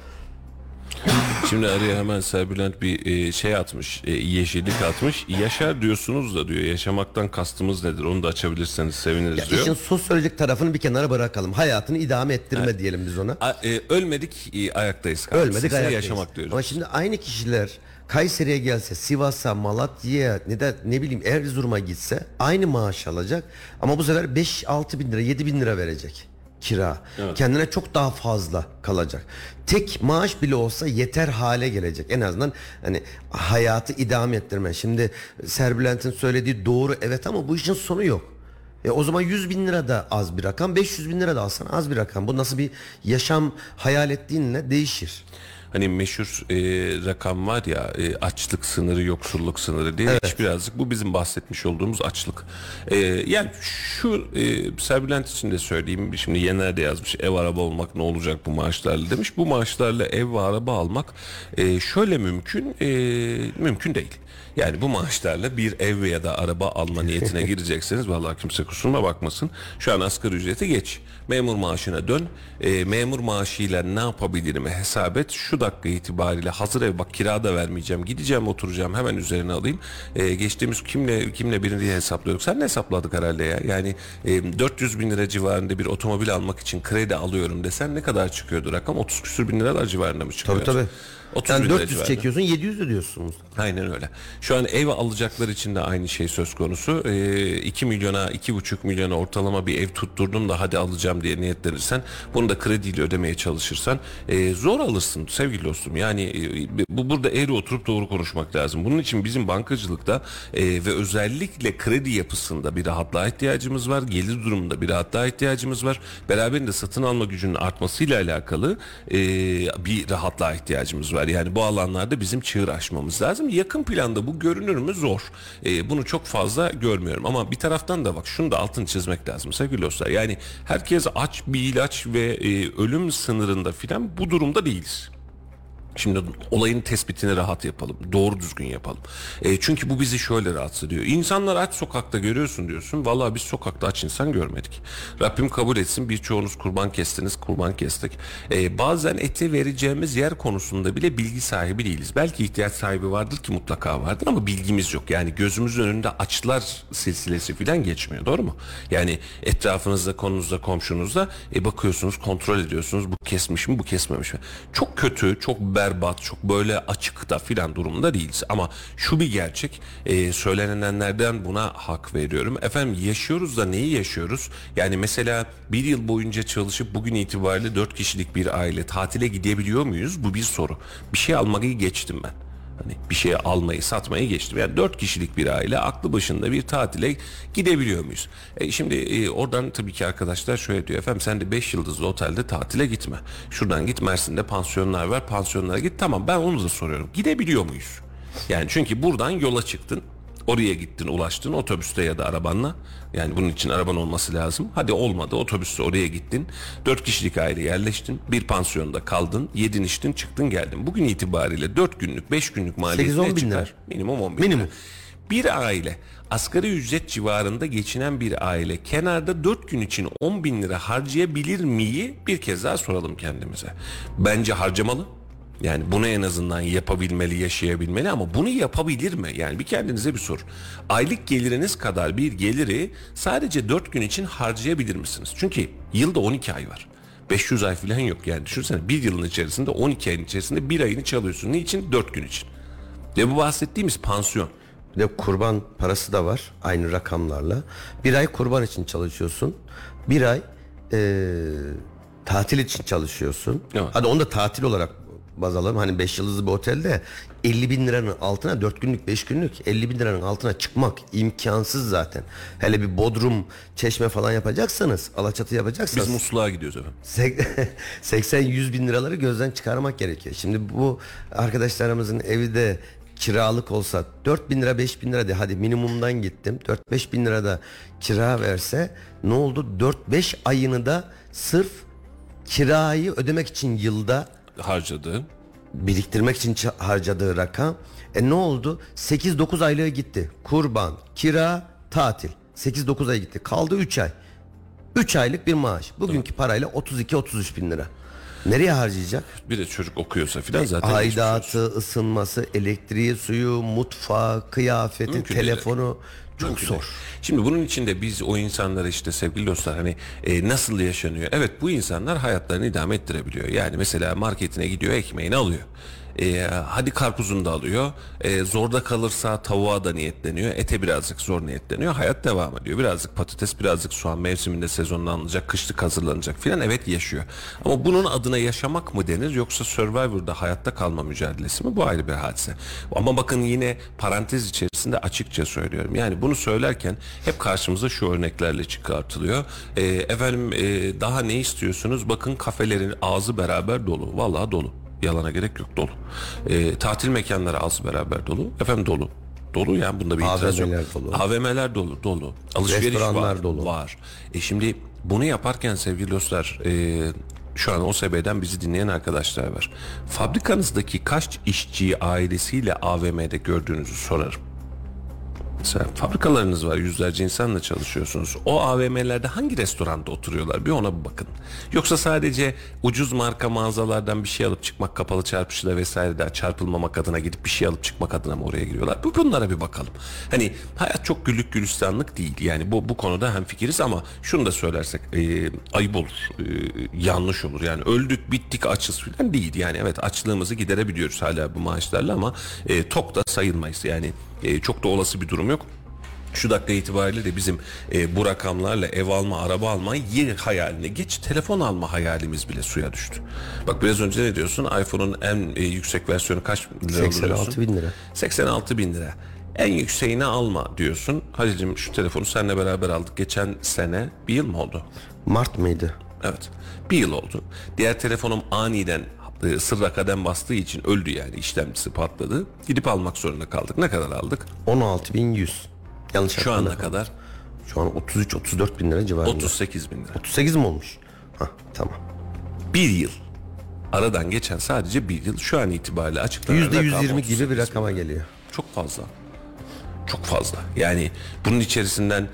Şimdi araya hemen Serbülent bir şey atmış, yeşillik atmış. Yaşar diyorsunuz da diyor, yaşamaktan kastımız nedir? Onu da açabilirseniz seviniriz Ya diyor. işin sosyolojik tarafını bir kenara bırakalım. Hayatını idame ettirme diyelim biz ona. Ölmedik, ayaktayız. Ölmedik, Size ayaktayız. yaşamak diyoruz. Ama şimdi aynı kişiler Kayseri'ye gelse, Sivas'a, Malatya'ya, ne bileyim Erzurum'a gitse aynı maaş alacak. Ama bu sefer 5-6 bin lira, 7 bin lira verecek kira. Evet. Kendine çok daha fazla kalacak. Tek maaş bile olsa yeter hale gelecek. En azından hani hayatı idame ettirme. Şimdi Serbülent'in söylediği doğru, evet, ama bu işin sonu yok. O zaman 100 bin lira da az bir rakam, 500 bin lira da alsan az bir rakam. Bu nasıl bir yaşam hayal ettiğinle değişir. Hani meşhur rakam var ya, açlık sınırı, yoksulluk sınırı diye. Evet. Birazcık bu bizim bahsetmiş olduğumuz açlık. Yani şu Serbülent için de söyleyeyim. Şimdi Yener de yazmış, ev araba olmak ne olacak bu maaşlarla demiş. Bu maaşlarla ev ve araba almak şöyle mümkün değil. Yani bu maaşlarla bir ev ya da araba alma niyetine girecekseniz vallahi kimse kusuruma bakmasın. Şu an asgari ücreti geç. Memur maaşına dön. Memur maaşıyla ne yapabilirim hesap et. Şu dakika itibariyle hazır ev, bak kira da vermeyeceğim. Gideceğim, oturacağım, hemen üzerine alayım. Geçtiğimiz kimle birini diye hesaplıyorduk. Sen ne hesapladık herhalde ya? Yani 400 bin lira civarında bir otomobil almak için kredi alıyorum desen ne kadar çıkıyordu rakam? 30 küsür bin liralar civarında mı çıkıyor? Tabii. 30 Sen bin lira 400 civarında. çekiyorsun, 700 ödüyorsun. Aynen öyle. Şu an ev alacaklar için de aynı şey söz konusu. 2 milyona, 2,5 milyona ortalama bir ev tutturdum da hadi alacağım diye niyetlenirsen, bunu da krediyle ödemeye çalışırsan zor alırsın sevgili dostum. Yani burada eğri oturup doğru konuşmak lazım. Bunun için bizim bankacılıkta ve özellikle kredi yapısında bir rahatlığa ihtiyacımız var. Gelir durumunda bir rahatlığa ihtiyacımız var. Beraberinde satın alma gücünün artmasıyla alakalı bir rahatlığa ihtiyacımız var. Yani bu alanlarda bizim çığır açmamız lazım. Yakın planda bu görünür mü? Zor. Bunu çok fazla görmüyorum. Ama bir taraftan da bak, şunu da altını çizmek lazım sevgili dostlar. Yani herkes aç, bir ilaç ve ölüm sınırında filan bu durumda değiliz. Şimdi olayın tespitini rahat yapalım. Doğru düzgün yapalım. Çünkü bu bizi şöyle rahatsız ediyor. İnsanlar aç sokakta görüyorsun diyorsun. Vallahi biz sokakta aç insan görmedik. Rabbim kabul etsin, birçoğunuz kurban kestiniz, kurban kestik. Bazen eti vereceğimiz yer konusunda bile bilgi sahibi değiliz. Belki ihtiyaç sahibi vardır ki, mutlaka vardır, ama bilgimiz yok. Yani gözümüzün önünde açlar silsilesi falan geçmiyor. Doğru mu? Yani etrafınızda, konunuzda, komşunuzda bakıyorsunuz, kontrol ediyorsunuz. Bu kesmiş mi, bu kesmemiş mi? Çok kötü, çok berbat, çok böyle açıkta filan durumda değiliz. Ama şu bir gerçek, söylenenlerden buna hak veriyorum. Efendim, yaşıyoruz da neyi yaşıyoruz? Yani mesela bir yıl boyunca çalışıp bugün itibariyle 4 kişilik bir aile tatile gidebiliyor muyuz? Bu bir soru. Bir şey almayı geçtim ben. Hani bir şeye almayı, satmayı geçtim. Yani 4 kişilik bir aile aklı başında bir tatile gidebiliyor muyuz? Şimdi oradan tabii ki arkadaşlar şöyle diyor. Efendim sen de 5 yıldızlı otelde tatile gitme. Şuradan git, Mersin'de pansiyonlar var. Pansiyonlara git. Tamam, ben onu da soruyorum. Gidebiliyor muyuz? Yani çünkü buradan yola çıktın. Oraya gittin, ulaştın otobüste ya da arabanla. Yani bunun için araban olması lazım. Hadi olmadı, otobüste oraya gittin. 4 kişilik aile yerleştin. Bir pansiyonda kaldın. Yedin, içtin, çıktın, geldin. Bugün itibariyle 4 günlük, 5 günlük maliyeti ne çıkar? Minimum 10 bin lira. Bir aile, asgari ücret civarında geçinen bir aile kenarda 4 gün için 10 bin lira harcayabilir miyi bir kez daha soralım kendimize. Bence harcamalı. Yani bunu en azından yapabilmeli, yaşayabilmeli ama bunu yapabilir mi? Yani bir kendinize bir sor. Aylık geliriniz kadar bir geliri sadece 4 gün için harcayabilir misiniz? Çünkü yılda 12 ay var. 500 ay falan yok yani düşünsene bir yılın içerisinde 12 ayın içerisinde bir ayını çalıyorsun. Niçin? 4 gün için. Ve bu bahsettiğimiz pansiyon. Bir de kurban parası da var aynı rakamlarla. Bir ay kurban için çalışıyorsun. Bir ay tatil için çalışıyorsun. Evet. Hadi onu da tatil olarak baz alalım. Hani 5 yıldızlı bir otelde 50 bin liranın altına 4 günlük 5 günlük 50 bin liranın altına çıkmak imkansız zaten. Hele bir Bodrum, Çeşme falan yapacaksanız, Alaçatı yapacaksanız. Biz musluğa gidiyoruz efendim. 80-100 bin liraları gözden çıkarmak gerekiyor. Şimdi bu arkadaşlarımızın evi de kiralık olsa 4 bin lira 5 bin lira de hadi minimumdan gittim 4-5 bin lira da kira verse ne oldu 4-5 ayını da sırf kirayı ödemek için yılda Harcadığı. biriktirmek için harcadığı rakam ne oldu 8-9 aylığı gitti kurban kira tatil 8-9 ay gitti kaldı 3 ay 3 aylık bir maaş bugünkü parayla 32-33 bin lira. Nereye harcayacak? Bir de çocuk okuyorsa filan zaten. Aidatı, ısınması, elektriği, suyu, mutfağı, kıyafeti, Mümkün telefonu çok Mümkün zor. değil. Şimdi bunun içinde biz o insanlara işte sevgili dostlar hani nasıl yaşanıyor? Evet bu insanlar hayatlarını idame ettirebiliyor. Yani mesela marketine gidiyor ekmeğini alıyor. Hadi karpuzunu da alıyor. Zorda kalırsa tavuğa da niyetleniyor. Ete birazcık zor niyetleniyor. Hayat devam ediyor. Birazcık patates, birazcık soğan mevsiminde sezonuna alınacak, kışlık hazırlanacak filan. Evet yaşıyor. Ama bunun adına yaşamak mı denir yoksa Survivor'da hayatta kalma mücadelesi mi? Bu ayrı bir hadise. Ama bakın yine parantez içerisinde açıkça söylüyorum. Yani bunu söylerken hep karşımıza şu örneklerle çıkartılıyor. Efendim daha ne istiyorsunuz? Bakın kafelerin ağzı beraber dolu. Vallahi dolu. Yalana gerek yok dolu. Tatil mekanları az beraber dolu. Efendim dolu. Dolu yani bunda bir itiraz yok. AVM'ler dolu. AVM'ler dolu. Dolu. Alışveriş Restoranlar var. dolu. Var. Şimdi bunu yaparken sevgili dostlar şu an OSB'den bizi dinleyen arkadaşlar var. Fabrikanızdaki kaç işçiyi ailesiyle AVM'de gördüğünüzü sorarım. Mesela fabrikalarınız var, yüzlerce insanla çalışıyorsunuz. O AVM'lerde hangi restoranda oturuyorlar? Bir ona bir bakın. Yoksa sadece ucuz marka mağazalardan bir şey alıp çıkmak, kapalı çarpışıda vesaire de çarpılmamak adına gidip bir şey alıp çıkmak adına mı oraya giriyorlar? Bunlara bir bakalım. Hani hayat çok güllük gülistanlık değil. Yani bu konuda hemfikiriz ama şunu da söylersek ayıp olur, yanlış olur. Yani öldük, bittik, açız falan değil. Yani evet açlığımızı giderebiliyoruz hala bu maaşlarla ama tok da sayılmayız. Yani çok da olası bir durum yok. Şu dakika itibariyle de bizim bu rakamlarla ev alma, araba alma hayaline geç telefon alma hayalimiz bile suya düştü. Bak biraz önce ne diyorsun? iPhone'un en yüksek versiyonu kaç lira 86 bin lira. 86 bin lira. En yükseğini alma diyorsun. Halicim şu telefonu seninle beraber aldık. Geçen sene bir yıl mı oldu? Mart mıydı? Evet. Bir yıl oldu. Diğer telefonum aniden sırra kadem bastığı için öldü yani işlemcisi patladı. Gidip almak zorunda kaldık. Ne kadar aldık? 16.100. Yanlış Şu an ne kadar? Şu an 33-34 bin lira civarında. 38 bin lira. 38 mi olmuş? Hah tamam. Bir yıl. Aradan geçen sadece bir yıl. Şu an itibariyle açıklanan rakam %120 gibi 38 bir rakama bin lira. geliyor. Çok fazla. Çok fazla. Yani bunun içerisinden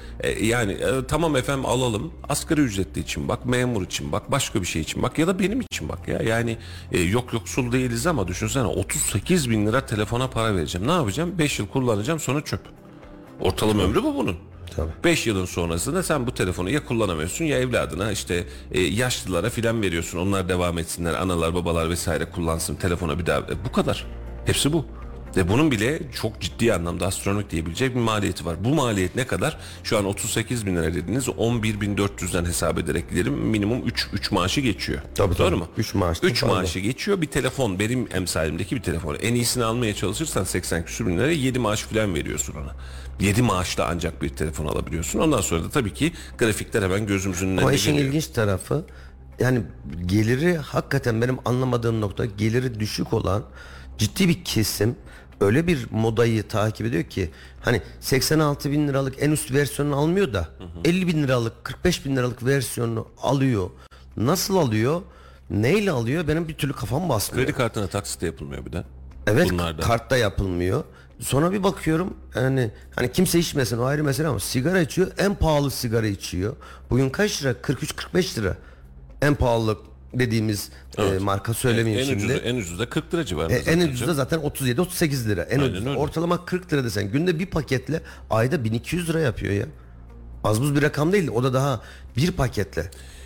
tamam efendim alalım. Asgari ücretli için bak, memur için bak, başka bir şey için bak ya da benim için bak ya. Yani yok yoksul değiliz ama düşünsene 38 bin lira telefona para vereceğim. Ne yapacağım? 5 yıl kullanacağım sonra çöp. Ortalama ömrü bu bunun. Tabii. 5 yılın sonrasında sen bu telefonu ya kullanamıyorsun ya evladına işte yaşlılara filan veriyorsun. Onlar devam etsinler, analar babalar vesaire kullansın telefona bir daha. Bu kadar. Hepsi bu. Ve bunun bile çok ciddi anlamda astronomik diyebilecek bir maliyeti var. Bu maliyet ne kadar? Şu an 38 bin lira dediniz. 11.400'den hesap ederek gidelim. Minimum 3 maaşı geçiyor. Tabii, Doğru tabii. mu? 3 maaş. 3 maaşı geçiyor. Bir telefon benim emsalimdeki bir telefon. En iyisini almaya çalışırsan 80 küsur bin lira 7 maaş falan veriyorsun ona. 7 maaşla ancak bir telefon alabiliyorsun. Ondan sonra da tabii ki grafikler hemen gözümüzün önüne Ama işin geliyor. ilginç tarafı yani geliri hakikaten benim anlamadığım nokta geliri düşük olan ciddi bir kesim öyle bir modayı takip ediyor ki hani 86 bin liralık en üst versiyonunu almıyor da 50 bin liralık 45 bin liralık versiyonunu alıyor. Nasıl alıyor? Neyle alıyor? Benim bir türlü kafam basmıyor. Kredi kartına taksit de yapılmıyor bir de. Evet Bunlardan. kartta yapılmıyor. Sonra bir bakıyorum hani kimse içmesin o ayrı mesele ama sigara içiyor en pahalı sigara içiyor. Bugün kaç lira? 43-45 lira. En pahalı dediğimiz marka söylemeyeyim şimdi. En ucuzu da 40 lira civarında. En ucuzu da zaten 37-38 lira. En ucuzu ortalama 40 lira desen günde bir paketle ayda 1200 lira yapıyor ya. Az buz bir rakam değil, o da daha bir paketle.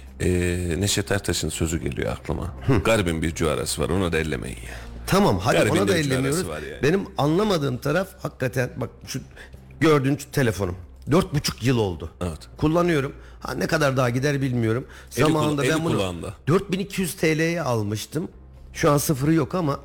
Neşet Ertaş'ın sözü geliyor aklıma. Garibin bir cuarası var, onu da ellemeyin ya. Tamam, hadi Garibin ona da de bir ellemiyoruz. cuarası var yani. Benim anlamadığım taraf hakikaten bak şu gördüğün şu telefonum. 4,5 yıl oldu. Evet. Kullanıyorum. Ha, ne kadar daha gider bilmiyorum. Zamanında eli ben bunu kulağında. 4200 TL'ye almıştım. Şu an sıfırı yok ama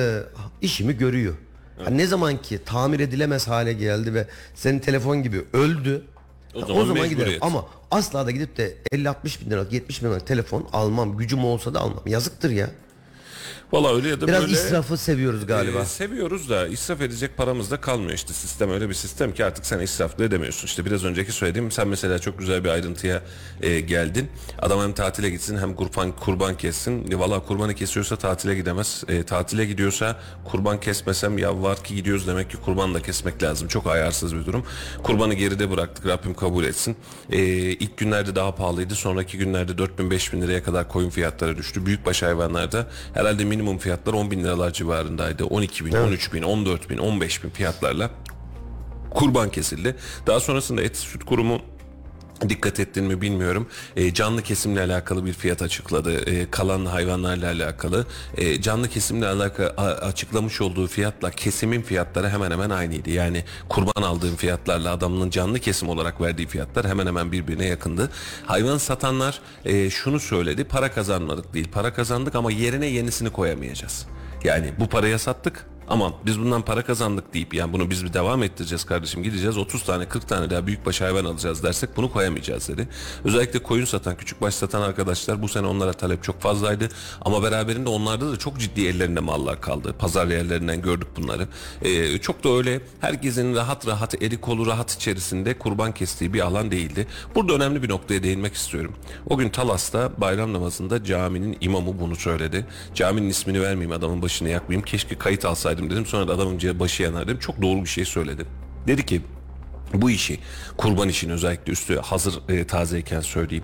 işimi görüyor. Ha, ne zaman ki tamir edilemez hale geldi ve senin telefon gibi öldü. O zaman giderim. Ama asla da gidip de 50-60 bin liralık 70 bin liralık telefon almam. Gücüm olsa da almam. Yazıktır ya. Valla öyle ya da Biraz böyle. israfı seviyoruz galiba. Seviyoruz da israf edecek paramız da kalmıyor işte. Sistem öyle bir sistem ki artık sen israf da edemiyorsun. İşte biraz önceki söylediğim, sen mesela çok güzel bir ayrıntıya geldin. Adam hem tatile gitsin hem kurban kessin. Valla kurbanı kesiyorsa tatile gidemez. Tatile gidiyorsa kurban kesmesem ya var ki gidiyoruz demek ki kurban da kesmek lazım. Çok ayarsız bir durum. Kurbanı geride bıraktık, Rabbim kabul etsin. İlk günlerde daha pahalıydı. Sonraki günlerde 4.000-5.000 liraya kadar koyun fiyatları düştü. Büyükbaş hayvanlarda herhalde minimum fiyatlar 10 bin liralar civarındaydı. 12 bin, 13 bin, 14 bin, 15 bin fiyatlarla kurban kesildi. Daha sonrasında Et Süt Kurumu, dikkat ettin mi bilmiyorum, canlı kesimle alakalı bir fiyat açıkladı. Kalan hayvanlarla alakalı. Canlı kesimle alakalı açıklamış olduğu fiyatla kesimin fiyatları hemen hemen aynıydı. Yani kurban aldığım fiyatlarla adamın canlı kesim olarak verdiği fiyatlar hemen hemen birbirine yakındı. Hayvan satanlar şunu söyledi: para kazanmadık değil, para kazandık ama yerine yenisini koyamayacağız. Yani bu paraya sattık ama biz bundan para kazandık deyip, yani bunu biz bir devam ettireceğiz kardeşim, gideceğiz 30 tane 40 tane daha büyükbaş hayvan alacağız dersek bunu koyamayacağız dedi. Özellikle koyun satan, küçükbaş satan arkadaşlar, bu sene onlara talep çok fazlaydı ama beraberinde onlarda da çok ciddi ellerinde mallar kaldı. Pazar yerlerinden gördük bunları. Çok da öyle herkesin rahat eli kolu rahat içerisinde kurban kestiği bir alan değildi. Burada önemli bir noktaya değinmek istiyorum. O gün Talas'ta bayram namazında caminin imamı bunu söyledi. Caminin ismini vermeyeyim, adamın başını yakmayayım, keşke kayıt alsaydım dedim. Sonra da adamın başı yanar dedim. Çok doğru bir şey söyledi. Dedi ki bu işi, kurban işini özellikle üstü hazır tazeyken söyleyeyim.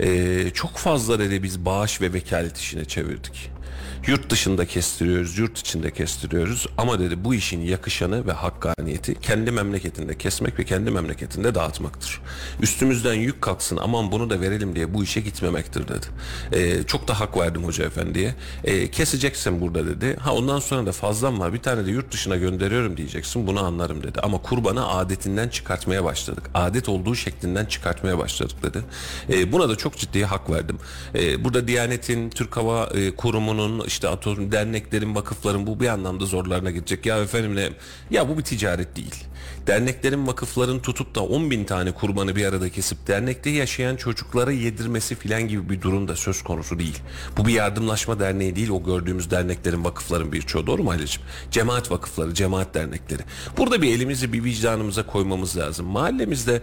Çok fazla dedi biz bağış ve vekalet işine çevirdik. Yurt dışında kestiriyoruz, yurt içinde kestiriyoruz ama dedi bu işin yakışanı ve hakkaniyeti kendi memleketinde kesmek ve kendi memleketinde dağıtmaktır. Üstümüzden yük kalksın aman bunu da verelim diye bu işe gitmemektir dedi. Çok da hak verdim hoca efendiye. Keseceksin burada dedi. Ha ondan sonra da fazlam var, bir tane de yurt dışına gönderiyorum diyeceksin, bunu anlarım dedi. Ama kurbanı adetinden çıkartmaya başladık. Adet olduğu şeklinden çıkartmaya başladık dedi. Buna da çok ciddi hak verdim. Burada Diyanet'in, Türk Hava Kurumu'nun, işte atıyorum derneklerin, vakıfların bu bir anlamda zorlarına gidecek. Ya efendim ya bu bir ticaret değil. Derneklerin, vakıfların tutup da 10.000 tane kurbanı bir arada kesip dernekte yaşayan çocuklara yedirmesi filan gibi bir durum da söz konusu değil. Bu bir yardımlaşma derneği değil, o gördüğümüz derneklerin, vakıfların birçoğu. Doğru mu Halil'ciğim? Cemaat vakıfları, cemaat dernekleri. Burada bir elimizi bir vicdanımıza koymamız lazım. Mahallemizde,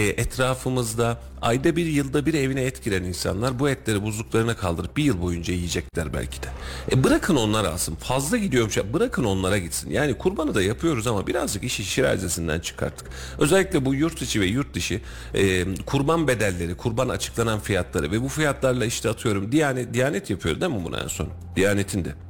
etrafımızda ayda bir, yılda bir evine et giren insanlar bu etleri buzluklarına kaldırıp bir yıl boyunca yiyecekler belki de. Bırakın onlar alsın. Fazla gidiyormuş ya, bırakın onlara gitsin. Yani kurbanı da yapıyoruz ama birazcık işi şirazesinden çıkarttık. Özellikle bu yurt içi ve yurt dışı kurban bedelleri, kurban açıklanan fiyatları ve bu fiyatlarla işte atıyorum Diyanet yapıyor değil mi bunu en son? Diyanet'in de.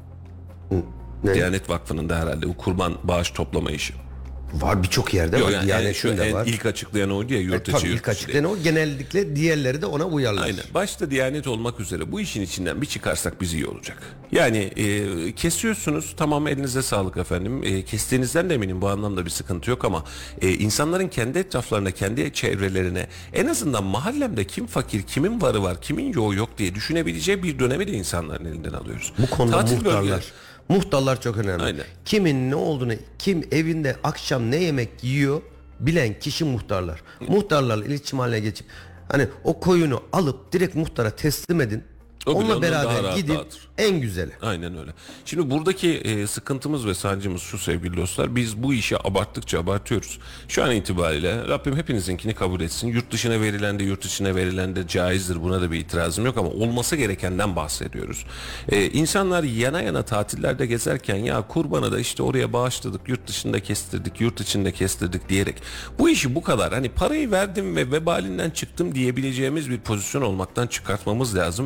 Ne? Diyanet Vakfı'nın da herhalde bu kurban bağış toplama işi. Var, birçok yerde var. Yani şu var. İlk açıklayan oydu ya, yurt içi Tabii ilk açıklayan o, genellikle diğerleri de ona uyarlar. Aynen. Başta Diyanet olmak üzere bu işin içinden bir çıkarsak biz iyi olacak. Yani kesiyorsunuz, tamam, elinize sağlık efendim. Kestiğinizden de eminim, bu anlamda bir sıkıntı yok ama insanların kendi etraflarına, kendi çevrelerine, en azından mahallemde kim fakir, kimin varı var, kimin yoğu yok diye düşünebileceği bir dönemi de insanların elinden alıyoruz. Bu konuda Tatil muhtarlar. bölgeler. Muhtarlar çok önemli. Aynen. Kimin ne olduğunu, kim evinde akşam ne yemek yiyor bilen kişi muhtarlar. Muhtarlarla iletişim haline geçip hani o koyunu alıp direkt muhtara teslim edin. Onunla beraber gidip en güzeli. Aynen öyle. Şimdi buradaki sıkıntımız ve sancımız şu sevgili dostlar. Biz bu işi abarttıkça abartıyoruz. Şu an itibariyle Rabbim hepinizinkini kabul etsin. Yurt dışına verilen de yurt içine verilen de caizdir. Buna da bir itirazım yok ama olması gerekenden bahsediyoruz. İnsanlar yana yana tatillerde gezerken ya kurbanı da işte oraya bağışladık, yurt dışında kestirdik, yurt içinde kestirdik diyerek bu işi bu kadar hani parayı verdim ve vebalinden çıktım diyebileceğimiz bir pozisyon olmaktan çıkartmamız lazım. Eğer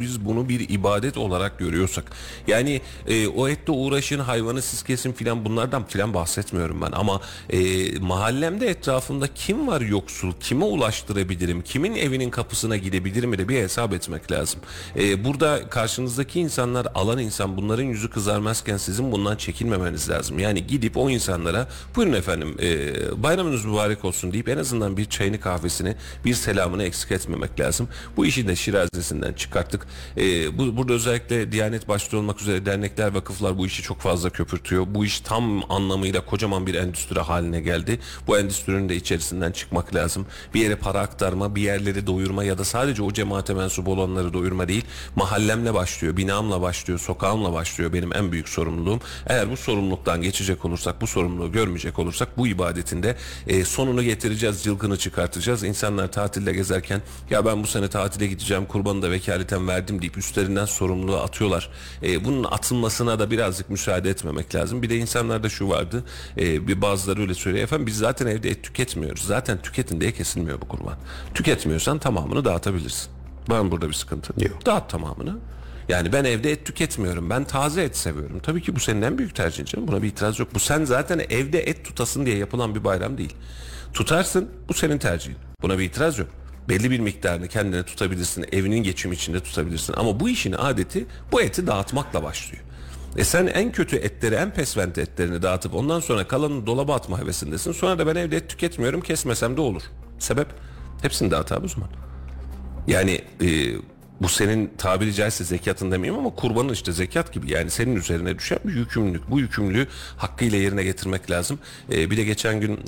biz bunu bir ibadet olarak görüyorsak, yani o etle uğraşın, hayvanı siz kesin filan, bunlardan filan bahsetmiyorum ben, ama mahallemde etrafımda kim var yoksul, kime ulaştırabilirim, kimin evinin kapısına gidebilirim de bir hesap etmek lazım. Burada karşınızdaki insanlar, alan insan, bunların yüzü kızarmazken sizin bundan çekinmemeniz lazım. Yani gidip o insanlara buyurun efendim bayramınız mübarek olsun deyip en azından bir çayını, kahvesini, bir selamını eksik etmemek lazım. Bu işi de şirazesinden çıkarttık. Burada özellikle Diyanet başta olmak üzere dernekler, vakıflar bu işi çok fazla köpürtüyor. Bu iş tam anlamıyla kocaman bir endüstri haline geldi. Bu endüstrinin de içerisinden çıkmak lazım. Bir yere para aktarma, bir yerleri doyurma ya da sadece o cemaate mensup olanları doyurma değil, mahallemle başlıyor, binamla başlıyor, sokağımla başlıyor benim en büyük sorumluluğum. Eğer bu sorumluluktan geçecek olursak, bu sorumluluğu görmeyecek olursak bu ibadetin de sonunu getireceğiz, cılkını çıkartacağız. İnsanlar tatilde gezerken ya ben bu sene tatile gideceğim, kurbanı da vekaleten verdim deyip üstlerinden sorumluluğu atıyorlar. Bunun atılmasına da birazcık müsaade etmemek lazım. Bir de insanlarda şu vardı, bir bazıları öyle söylüyor, efendim biz zaten evde et tüketmiyoruz. Zaten tüketin diye kesilmiyor bu kurban. Tüketmiyorsan tamamını dağıtabilirsin. Ben burada bir sıkıntı yok. Dağıt tamamını. Yani ben evde et tüketmiyorum. Ben taze et seviyorum. Tabii ki bu senin en büyük tercihin canım. Buna bir itiraz yok. Bu sen zaten evde et tutasın diye yapılan bir bayram değil. Tutarsın, bu senin tercihin. Buna bir itiraz yok. Belli bir miktarını kendine tutabilirsin. Evinin geçimi içinde tutabilirsin. Ama bu işin adeti bu eti dağıtmakla başlıyor. Sen en kötü etleri, en pesvent etlerini dağıtıp ondan sonra kalanını dolaba atma hevesindesin. Sonra da ben evde et tüketmiyorum, kesmesem de olur. Sebep? Hepsini dağıt abi o zaman. Yani bu senin tabiri caizse zekatın demeyeyim ama kurbanın işte zekat gibi, yani senin üzerine düşen bir yükümlülük. Bu yükümlülüğü hakkıyla yerine getirmek lazım. Bir de geçen gün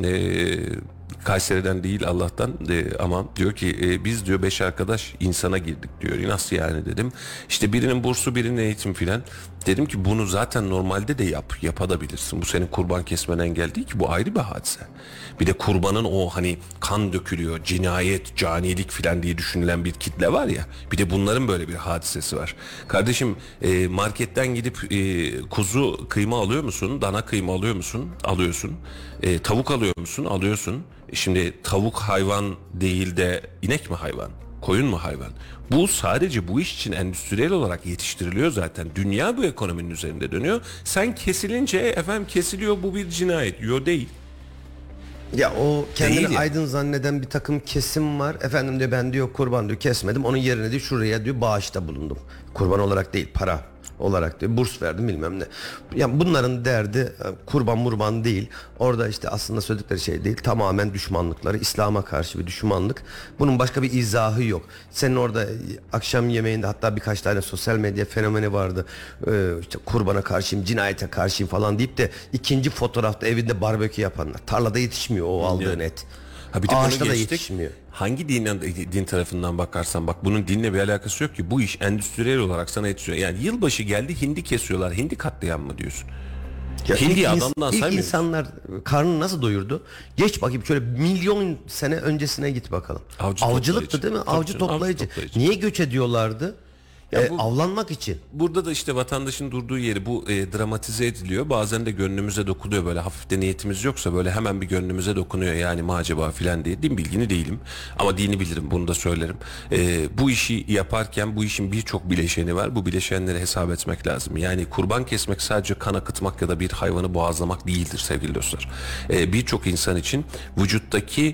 Kayseri'den değil Allah'tan ama diyor ki biz diyor 5 arkadaş insana girdik diyor. Nasıl yani dedim. İşte birinin bursu, birinin eğitim filan. Dedim ki bunu zaten normalde de yapabilirsin. Bu senin kurban kesmen engel değil ki, bu ayrı bir hadise. Bir de kurbanın o hani kan dökülüyor, cinayet, canilik filan diye düşünülen bir kitle var ya. Bir de bunların böyle bir hadisesi var. Kardeşim marketten gidip kuzu kıyma alıyor musun? Dana kıyma alıyor musun? Alıyorsun. Tavuk alıyor musun? Alıyorsun. Şimdi tavuk hayvan değil de inek mi hayvan? Koyun mu hayvan? Bu sadece bu iş için endüstriyel olarak yetiştiriliyor zaten. Dünya bu ekonominin üzerinde dönüyor. Sen kesilince efendim kesiliyor, bu bir cinayet. Yo değil. Ya o kendini Değil ya. aydın zanneden bir takım kesim var. Efendim diyor ben diyor kurban diyor kesmedim. Onun yerine diyor şuraya diyor bağışta bulundum. Kurban olarak değil, para olarak diyor, burs verdim bilmem ne. Yani bunların derdi kurban murban değil. Orada işte aslında söyledikleri şey değil. Tamamen düşmanlıkları, İslam'a karşı bir düşmanlık. Bunun başka bir izahı yok. Senin orada akşam yemeğinde hatta birkaç tane sosyal medya fenomeni vardı. İşte kurbana karşıyım, cinayete karşıyım falan deyip de ikinci fotoğrafta evinde barbekü yapanlar. Tarlada yetişmiyor o aldığın et. Ha bir de Ağaçta bunu da geçtik. yetişmiyor. Hangi din tarafından bakarsan bak, bunun dinle bir alakası yok ki. Bu iş endüstriyel olarak sana yetişiyor. Yani yılbaşı geldi, hindi kesiyorlar. Hindi katliam mı diyorsun? Ya Hindi ilk adamdan ilk saymıyoruz. insanlar karnını nasıl doyurdu? Geç bakayım şöyle milyon sene öncesine git bakalım. Avcılıktı toplayıcı. değil mi? Tabii Avcı canım, toplayıcı. avcı toplayıcı. Niye göç ediyorlardı? Ya bu- Avlanmak için. Burada da işte vatandaşın durduğu yeri bu dramatize ediliyor. Bazen de gönlümüze dokunuyor, böyle hafif de niyetimiz yoksa böyle hemen bir gönlümüze dokunuyor, yani mi acaba filan diye. Din bilgini değilim ama dini bilirim, bunu da söylerim. Bu işi yaparken bu işin birçok bileşeni var. Bu bileşenleri hesap etmek lazım. Yani kurban kesmek sadece kan akıtmak ya da bir hayvanı boğazlamak değildir sevgili dostlar. Birçok insan için vücuttaki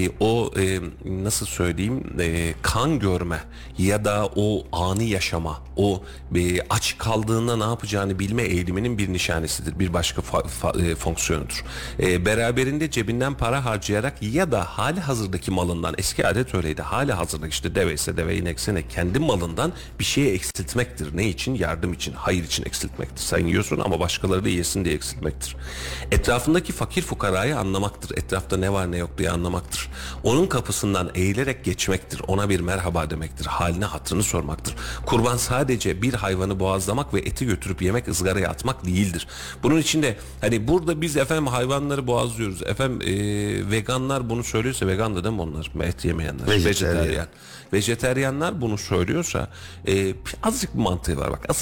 nasıl söyleyeyim kan görme ya da o anı yaşama, o aç kaldığında ne yapacağını bilme eğiliminin bir nişanesidir. Bir başka fonksiyonudur. Beraberinde cebinden para harcayarak ya da hali hazırdaki malından, eski adet öyleydi, hali hazırda işte deve ise deve, inekse ne, kendi malından bir şeye eksiltmektir. Ne için? Yardım için, hayır için eksiltmektir. Sen yiyorsun ama başkaları da yesin diye eksiltmektir. Etrafındaki fakir fukarayı anlamaktır. Etrafta ne var ne yok diye anlamaktır. Onun kapısından eğilerek geçmektir. Ona bir merhaba demektir. Haline hatırını sormaktır. Kurban sadece bir hayvanı boğazlamak ve eti götürüp yemek, ızgaraya atmak değildir. Bunun için de hani burada biz efendim hayvanları boğazlıyoruz. Efendim veganlar bunu söylüyorsa, vegan da değil mi onlar? Et yemeyenler. Vejeteryan. Vejeteryanlar bunu söylüyorsa azıcık bir mantığı var bak, azıcık.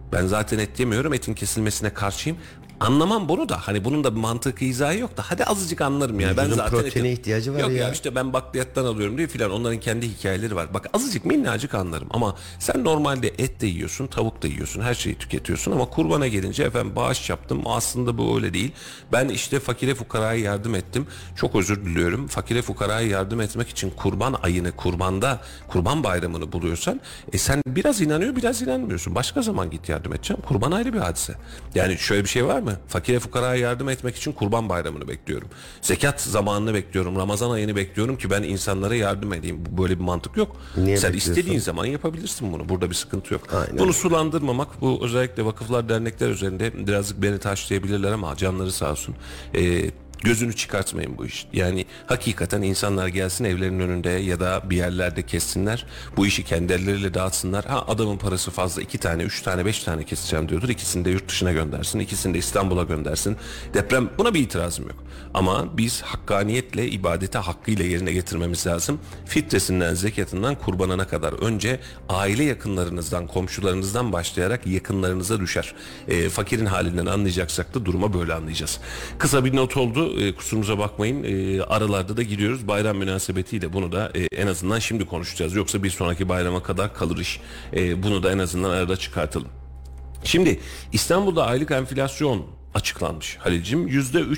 Ben zaten et yemiyorum, etin kesilmesine karşıyım. Anlamam bunu da. Hani bunun da bir mantıklı izahı yok da. Hadi azıcık anlarım yani. Ben Vücudun zaten proteine ihtiyacı var yok ya. ya işte ben bakliyattan alıyorum diye filan. Onların kendi hikayeleri var. Bak azıcık minnacık anlarım. Ama sen normalde et de yiyorsun, tavuk da yiyorsun. Her şeyi tüketiyorsun. Ama kurbana gelince efendim bağış yaptım. Aslında bu öyle değil. Ben işte fakire fukaraya yardım ettim. Çok özür diliyorum. Fakire fukaraya yardım etmek için kurban ayını, kurban bayramını buluyorsan sen biraz inanıyor, biraz inanmıyorsun. Başka zaman git yardım edeceğim. Kurban ayrı bir hadise. Yani şöyle bir şey var mı? Fakire fukaraya yardım etmek için kurban bayramını bekliyorum. Zekat zamanını bekliyorum. Ramazan ayını bekliyorum ki ben insanlara yardım edeyim. Böyle bir mantık yok. Niye sen bekliyorsun? istediğin zaman yapabilirsin bunu. Burada bir sıkıntı yok. Aynen. Bunu sulandırmamak, bu özellikle vakıflar, dernekler üzerinde birazcık beni taşlayabilirler ama canları sağ olsun. Gözünü çıkartmayın bu iş. Yani hakikaten insanlar gelsin evlerinin önünde ya da bir yerlerde kessinler. Bu işi kendi elleriyle dağıtsınlar. Ha adamın parası fazla 2 tane, 3 tane, 5 tane keseceğim diyordur. İkisini de yurt dışına göndersin. İkisini de İstanbul'a göndersin. Deprem, buna bir itirazım yok. Ama biz hakkaniyetle ibadeti hakkıyla yerine getirmemiz lazım. Fitresinden, zekatından kurbanına kadar önce aile yakınlarınızdan, komşularınızdan başlayarak yakınlarınıza düşer. Fakirin halinden anlayacaksak da duruma böyle anlayacağız. Kısa bir not oldu. Kusurumuza bakmayın. Aralarda da giriyoruz. Bayram münasebetiyle bunu da en azından şimdi konuşacağız. Yoksa bir sonraki bayrama kadar kalır iş. Bunu da en azından arada çıkartalım. Şimdi İstanbul'da aylık enflasyon açıklanmış Halil'cim.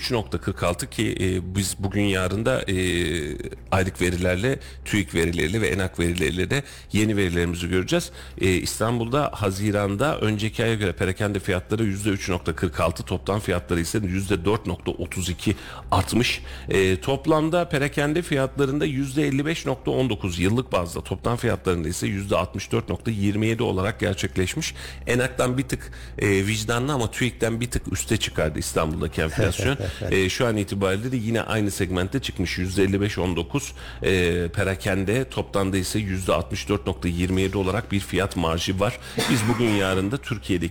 %3.46 ki biz bugün yarın da aylık verilerle, TÜİK verileriyle ve ENAK verileriyle de yeni verilerimizi göreceğiz. İstanbul'da Haziran'da önceki aya göre perakende fiyatları %3.46, toptan fiyatları ise %4.32 artmış. Toplamda perakende fiyatlarında %55.19 yıllık bazda, toptan fiyatlarında ise %64.27 olarak gerçekleşmiş. ENAK'tan bir tık vicdanlı ama TÜİK'ten bir tık üste çıkardı İstanbul'daki enflasyon. Şu an itibariyle de yine aynı segmentte çıkmış. %55.19 perakende, toplamda ise %64.27 olarak bir fiyat marjı var. Biz bugün yarın da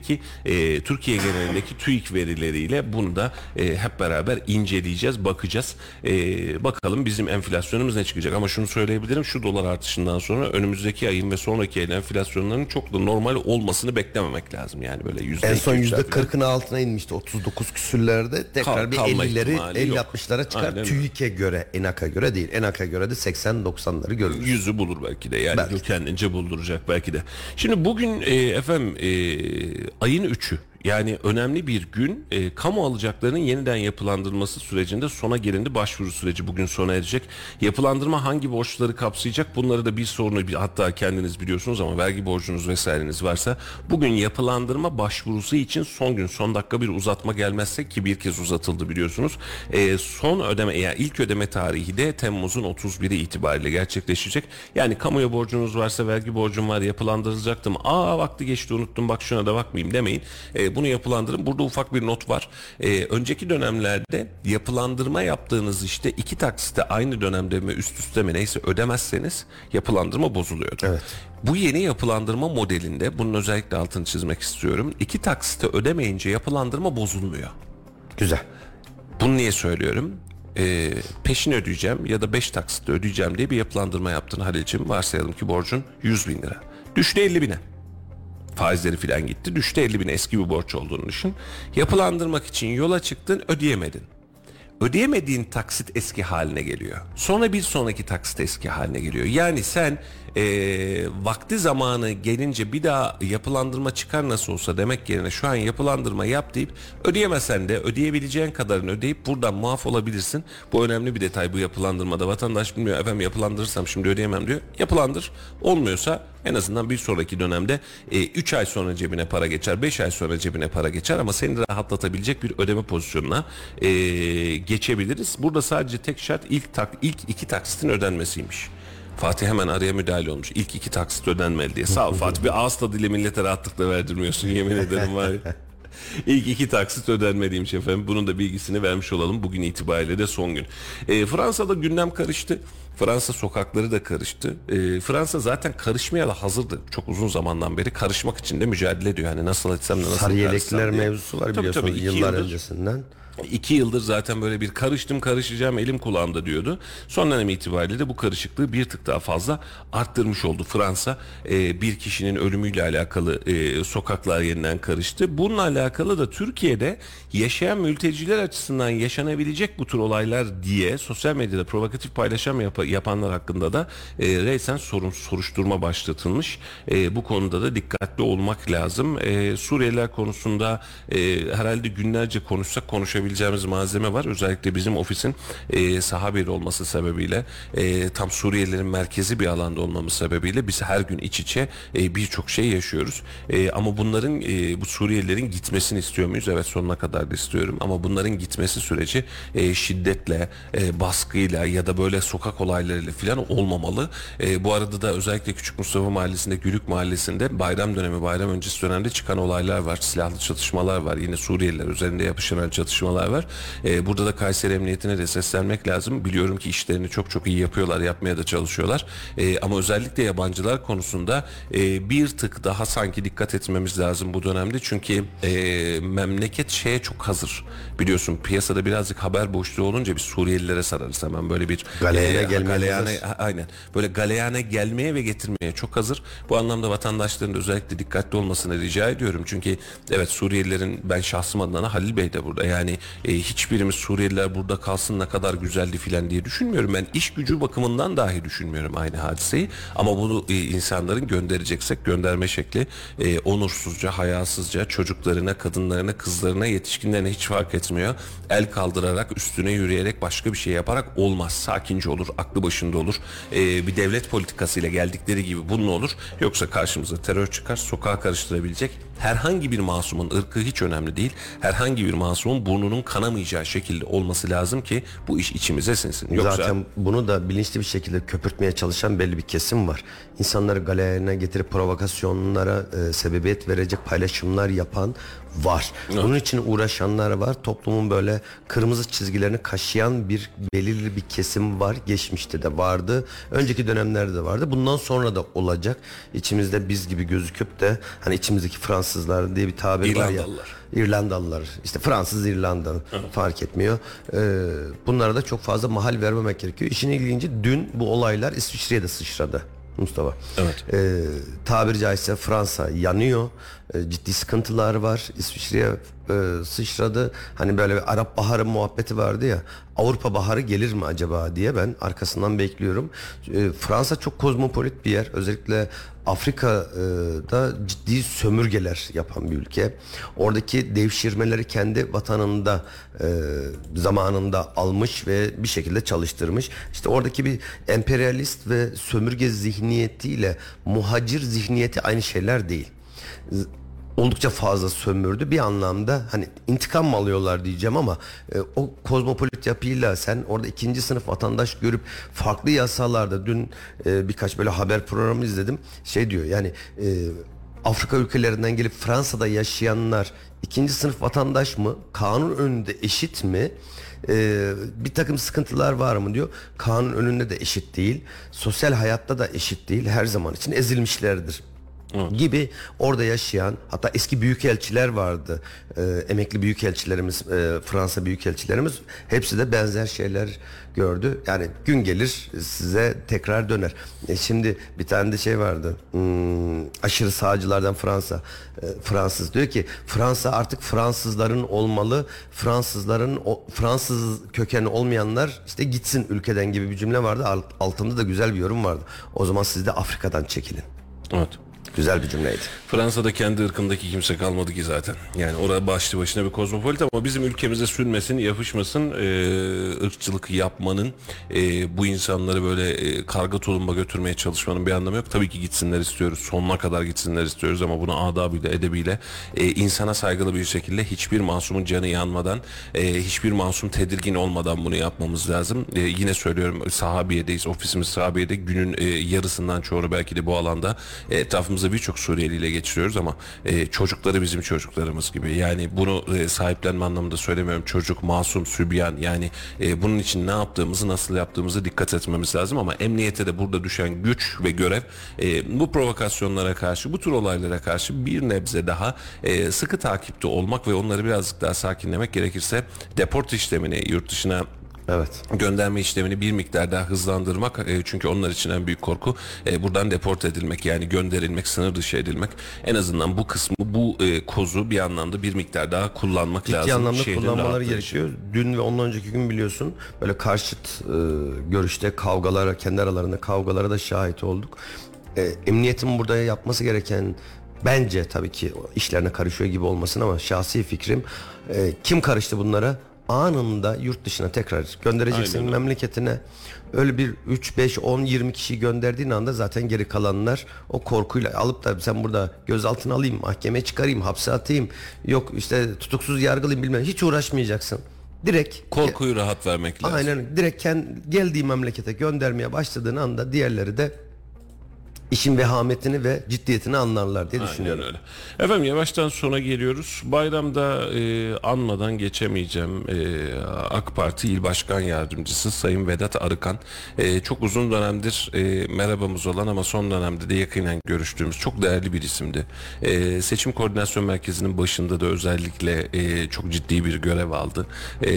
Türkiye genelindeki TÜİK verileriyle bunu da hep beraber inceleyeceğiz, bakacağız. Bakalım bizim enflasyonumuz ne çıkacak. Ama şunu söyleyebilirim, şu dolar artışından sonra önümüzdeki ayın ve sonraki ayın enflasyonlarının çok da normal olmasını beklememek lazım. Yani böyle En son %200'ler %40'ın altına inmişti. 39 küsürlerde tekrar bir kalma 50'leri ihtimali yok. 50-60'lara çıkar. Aynen öyle. TÜİK'e göre, ENAK'a göre değil. ENAK'a göre de 80-90'ları görürüz. Yüzü bulur belki de yani Belki. kendince bulduracak belki de. Şimdi bugün efendim ayın 3'ü. Yani önemli bir gün. Kamu alacaklarının yeniden yapılandırılması sürecinde sona gelindi. Başvuru süreci bugün sona erecek. Yapılandırma hangi borçları kapsayacak? Bunları da bir sorunu, hatta kendiniz biliyorsunuz ama vergi borcunuz vesaireniz varsa bugün yapılandırma başvurusu için son gün, son dakika bir uzatma gelmezse, ki bir kez uzatıldı biliyorsunuz. Son ödeme, yani ilk ödeme tarihi de Temmuz'un 31'i itibariyle gerçekleşecek. Yani kamuya borcunuz varsa, vergi borcum var, yapılandıracaktım. Vakti geçti, unuttum, bak şuna da bakmayayım demeyin. Bunu yapılandırın. Burada ufak bir not var. Önceki dönemlerde yapılandırma yaptığınız işte 2 taksite aynı dönemde mi üst üste mi neyse ödemezseniz yapılandırma bozuluyordu. Evet. Bu yeni yapılandırma modelinde bunun özellikle altını çizmek istiyorum. 2 taksite ödemeyince yapılandırma bozulmuyor. Güzel. Bunu niye söylüyorum? Peşin ödeyeceğim ya da 5 taksitte ödeyeceğim diye bir yapılandırma yaptın Halil'ciğim. Varsayalım ki borcun 100.000 lira. Düştü 50.000'e. Faizleri filan gitti. Düştü 50.000, eski bir borç olduğunu düşün. Yapılandırmak için yola çıktın, ödeyemedin. Ödeyemediğin taksit eski haline geliyor. Sonra bir sonraki taksit eski haline geliyor. Yani sen vakti zamanı gelince bir daha yapılandırma çıkar nasıl olsa demek yerine şu an yapılandırma yap deyip ödeyemesen de ödeyebileceğin kadarını ödeyip buradan muaf olabilirsin. Bu önemli bir detay bu yapılandırmada. Vatandaş bilmiyor, efendim yapılandırırsam şimdi ödeyemem diyor. Yapılandır. Olmuyorsa en azından bir sonraki dönemde 3 ay sonra cebine para geçer, 5 ay sonra cebine para geçer ama seni rahatlatabilecek bir ödeme pozisyonuna geçebiliriz. Burada sadece tek şart ilk 2 taksitin ödenmesiymiş. Fatih hemen araya müdahale olmuş. İlk 2 taksit ödenmeli diye. Sağ ol Fatih. Bir ağız tadıyla millete rahatlıkla verdirmiyorsun, yemin ederim var ya. İlk 2 taksit ödenmeliymiş efendim. Bunun da bilgisini vermiş olalım. Bugün itibariyle de son gün. Fransa'da gündem karıştı. Fransa sokakları da karıştı. Fransa zaten karışmaya da hazırdı. Çok uzun zamandan beri karışmak için de mücadele ediyor. Yani nasıl etsem de nasıl Sarı karışsam yelekliler diye. mevzusu var Tabii, biliyorsunuz tabii, yıllar öncesinden. 2 yıldır zaten böyle bir karışacağım elim kulağımda diyordu. Son dönem itibariyle de bu karışıklığı bir tık daha fazla arttırmış oldu Fransa. Bir kişinin ölümüyle alakalı sokaklar yeniden karıştı. Bununla alakalı da Türkiye'de yaşayan mülteciler açısından yaşanabilecek bu tür olaylar diye sosyal medyada provokatif paylaşım yapanlar hakkında da reysen soruşturma başlatılmış. Bu konuda da dikkatli olmak lazım. Suriyeliler konusunda herhalde günlerce konuşabileceğimiz malzeme var. Özellikle bizim ofisin saha bir olması sebebiyle tam Suriyelilerin merkezi bir alanda olmamız sebebiyle biz her gün iç içe birçok şey yaşıyoruz. Ama bunların bu Suriyelilerin gitmesini istiyor muyuz? Evet, sonuna kadar da istiyorum. Ama bunların gitmesi süreci şiddetle, baskıyla ya da böyle sokak olaylarıyla falan olmamalı. Bu arada da özellikle Küçük Mustafa Mahallesi'nde, Gülük Mahallesi'nde bayram öncesi dönemde çıkan olaylar var. Silahlı çatışmalar var. Yine Suriyeliler üzerinde yapışan çatışmalar var. Burada da Kayseri Emniyetine de seslenmek lazım. Biliyorum ki işlerini çok çok iyi yapıyorlar, yapmaya da çalışıyorlar. Ama özellikle yabancılar konusunda bir tık daha sanki dikkat etmemiz lazım bu dönemde. Çünkü memleket şeye çok hazır. Biliyorsun piyasada birazcık haber boşluğu olunca bir Suriyelilere sararız hemen böyle bir aynen. Böyle galeyana gelmeye ve getirmeye çok hazır. Bu anlamda vatandaşların da özellikle dikkatli olmasını rica ediyorum. Çünkü evet, Suriyelilerin, ben şahsım adına Halil Bey de burada. Yani hiçbirimiz Suriyeliler burada kalsın ne kadar güzeldi filan diye düşünmüyorum. Ben iş gücü bakımından dahi düşünmüyorum aynı hadiseyi. Ama bunu insanların göndereceksek gönderme şekli onursuzca, hayasızca, çocuklarına, kadınlarına, kızlarına, yetişkinlerine hiç fark etmiyor. El kaldırarak, üstüne yürüyerek, başka bir şey yaparak olmaz. Sakince olur, aklı başında olur. Bir devlet politikasıyla geldikleri gibi bunun olur. Yoksa karşımıza terör çıkar, sokağa karıştırabilecek herhangi bir masumun, ırkı hiç önemli değil, herhangi bir masumun burnunun kanamayacağı şekilde olması lazım ki bu iş içimize sinsin. Yoksa... Zaten bunu da bilinçli bir şekilde köpürtmeye çalışan belli bir kesim var. İnsanları galeyana getirip provokasyonlara sebebiyet verecek paylaşımlar yapan var. Evet. Bunun için uğraşanlar var. Toplumun böyle kırmızı çizgilerini kaşıyan belirli bir kesim var. Geçmişte de vardı. Önceki dönemlerde de vardı. Bundan sonra da olacak. İçimizde biz gibi gözüküp de hani içimizdeki Fransızlar diye bir tabir var ya. İrlandalılar. İşte Fransız, İrlanda fark etmiyor. Bunlara da çok fazla mahal vermemek gerekiyor. İşin ilginci dün bu olaylar İsviçre'ye de sıçradı. Mustafa. Evet. Tabiri caizse Fransa yanıyor. Ciddi sıkıntılar var. İsviçre'ye sıçradı. Hani böyle bir Arap Baharı muhabbeti vardı ya. Avrupa Baharı gelir mi acaba diye ben arkasından bekliyorum. Fransa çok kozmopolit bir yer. Özellikle Afrika'da ciddi sömürgeler yapan bir ülke. Oradaki devşirmeleri kendi vatanında zamanında almış ve bir şekilde çalıştırmış. İşte oradaki bir emperyalist ve sömürge zihniyetiyle muhacir zihniyeti aynı şeyler değil. Oldukça fazla sömürdü. Bir anlamda hani intikam mı alıyorlar diyeceğim ama o kozmopolit yapıyla sen orada ikinci sınıf vatandaş görüp farklı yasalarda dün birkaç böyle haber programı izledim. Şey diyor yani Afrika ülkelerinden gelip Fransa'da yaşayanlar ikinci sınıf vatandaş mı? Kanun önünde eşit mi? Bir takım sıkıntılar var mı diyor. Kanun önünde de eşit değil. Sosyal hayatta da eşit değil. Her zaman için ezilmişlerdir. Gibi orada yaşayan, hatta eski büyükelçiler vardı, emekli büyükelçilerimiz, Fransa büyükelçilerimiz, hepsi de benzer şeyler gördü. Yani gün gelir size tekrar döner. Şimdi bir tane de şey vardı, aşırı sağcılardan Fransız diyor ki Fransa artık Fransızların olmalı, Fransız kökenli olmayanlar işte gitsin ülkeden gibi bir cümle vardı. Altında da güzel bir yorum vardı. O zaman siz de Afrika'dan çekilin. Evet. Güzel bir cümleydi. Fransa'da kendi ırkındaki kimse kalmadı ki zaten. Yani orada başlı başına bir kozmopolit ama bizim ülkemize sürmesin, yapışmasın, ırkçılık yapmanın, bu insanları böyle karga tulumba götürmeye çalışmanın bir anlamı yok. Tabii ki gitsinler istiyoruz, sonuna kadar gitsinler istiyoruz ama bunu adabıyla, edebiyle, insana saygılı bir şekilde hiçbir masumun canı yanmadan, hiçbir masum tedirgin olmadan bunu yapmamız lazım. Yine söylüyorum, Sahabiye'deyiz, ofisimiz Sahabiye'de, günün yarısından çoğunu belki de bu alanda etrafımızda Aramızda birçok Suriyeliyle geçiriyoruz ama çocukları bizim çocuklarımız gibi. Yani bunu sahiplenme anlamında söylemiyorum. Çocuk, masum, sübyan, yani bunun için ne yaptığımızı, nasıl yaptığımızı dikkat etmemiz lazım ama emniyete de burada düşen güç ve görev bu provokasyonlara karşı, bu tür olaylara karşı bir nebze daha sıkı takipte olmak ve onları birazcık daha sakinlemek, gerekirse deport işlemini, yurt dışına gönderme işlemini bir miktar daha hızlandırmak. Çünkü onlar için en büyük korku buradan deport edilmek, yani gönderilmek, sınır dışı edilmek. En azından bu kısmı, bu kozu bir anlamda bir miktar daha kullanmak lazım. Ciddi anlamda Şehrin kullanmaları rahatlığı gerekiyor. için. Dün ve ondan önceki gün biliyorsun böyle karşıt görüşte kavgalara, kendi aralarında kavgalara da şahit olduk. Emniyetin burada yapması gereken, bence tabii ki işlerine karışıyor gibi olmasın ama şahsi fikrim, kim karıştı bunlara? Anında yurt dışına tekrar göndereceksin, Aynen. memleketine. Öyle bir 3, 5, 10, 20 kişi gönderdiğin anda zaten geri kalanlar o korkuyla alıp da sen burada gözaltına alayım, mahkemeye çıkarayım, hapse atayım, yok işte tutuksuz yargılayayım, bilmem, hiç uğraşmayacaksın. Direkt Korkuyu rahat vermek lazım. aynen, direkt geldiği memlekete göndermeye başladığın anda diğerleri de işin vehametini ve ciddiyetini anlarlar diye düşünüyorum. Aynen öyle. Efendim, yavaştan sona geliyoruz. Bayramda anmadan geçemeyeceğim AK Parti İl Başkan Yardımcısı Sayın Vedat Arıkan. Çok uzun dönemdir merhabamız olan ama son dönemde de yakinen görüştüğümüz çok değerli bir isimdi. Seçim Koordinasyon Merkezi'nin başında da özellikle çok ciddi bir görev aldı.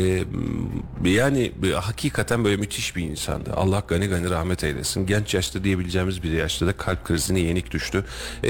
Yani hakikaten böyle müthiş bir insandı. Allah gani gani rahmet eylesin. Genç yaşta diyebileceğimiz bir yaşta da kalp krizine yenik düştü.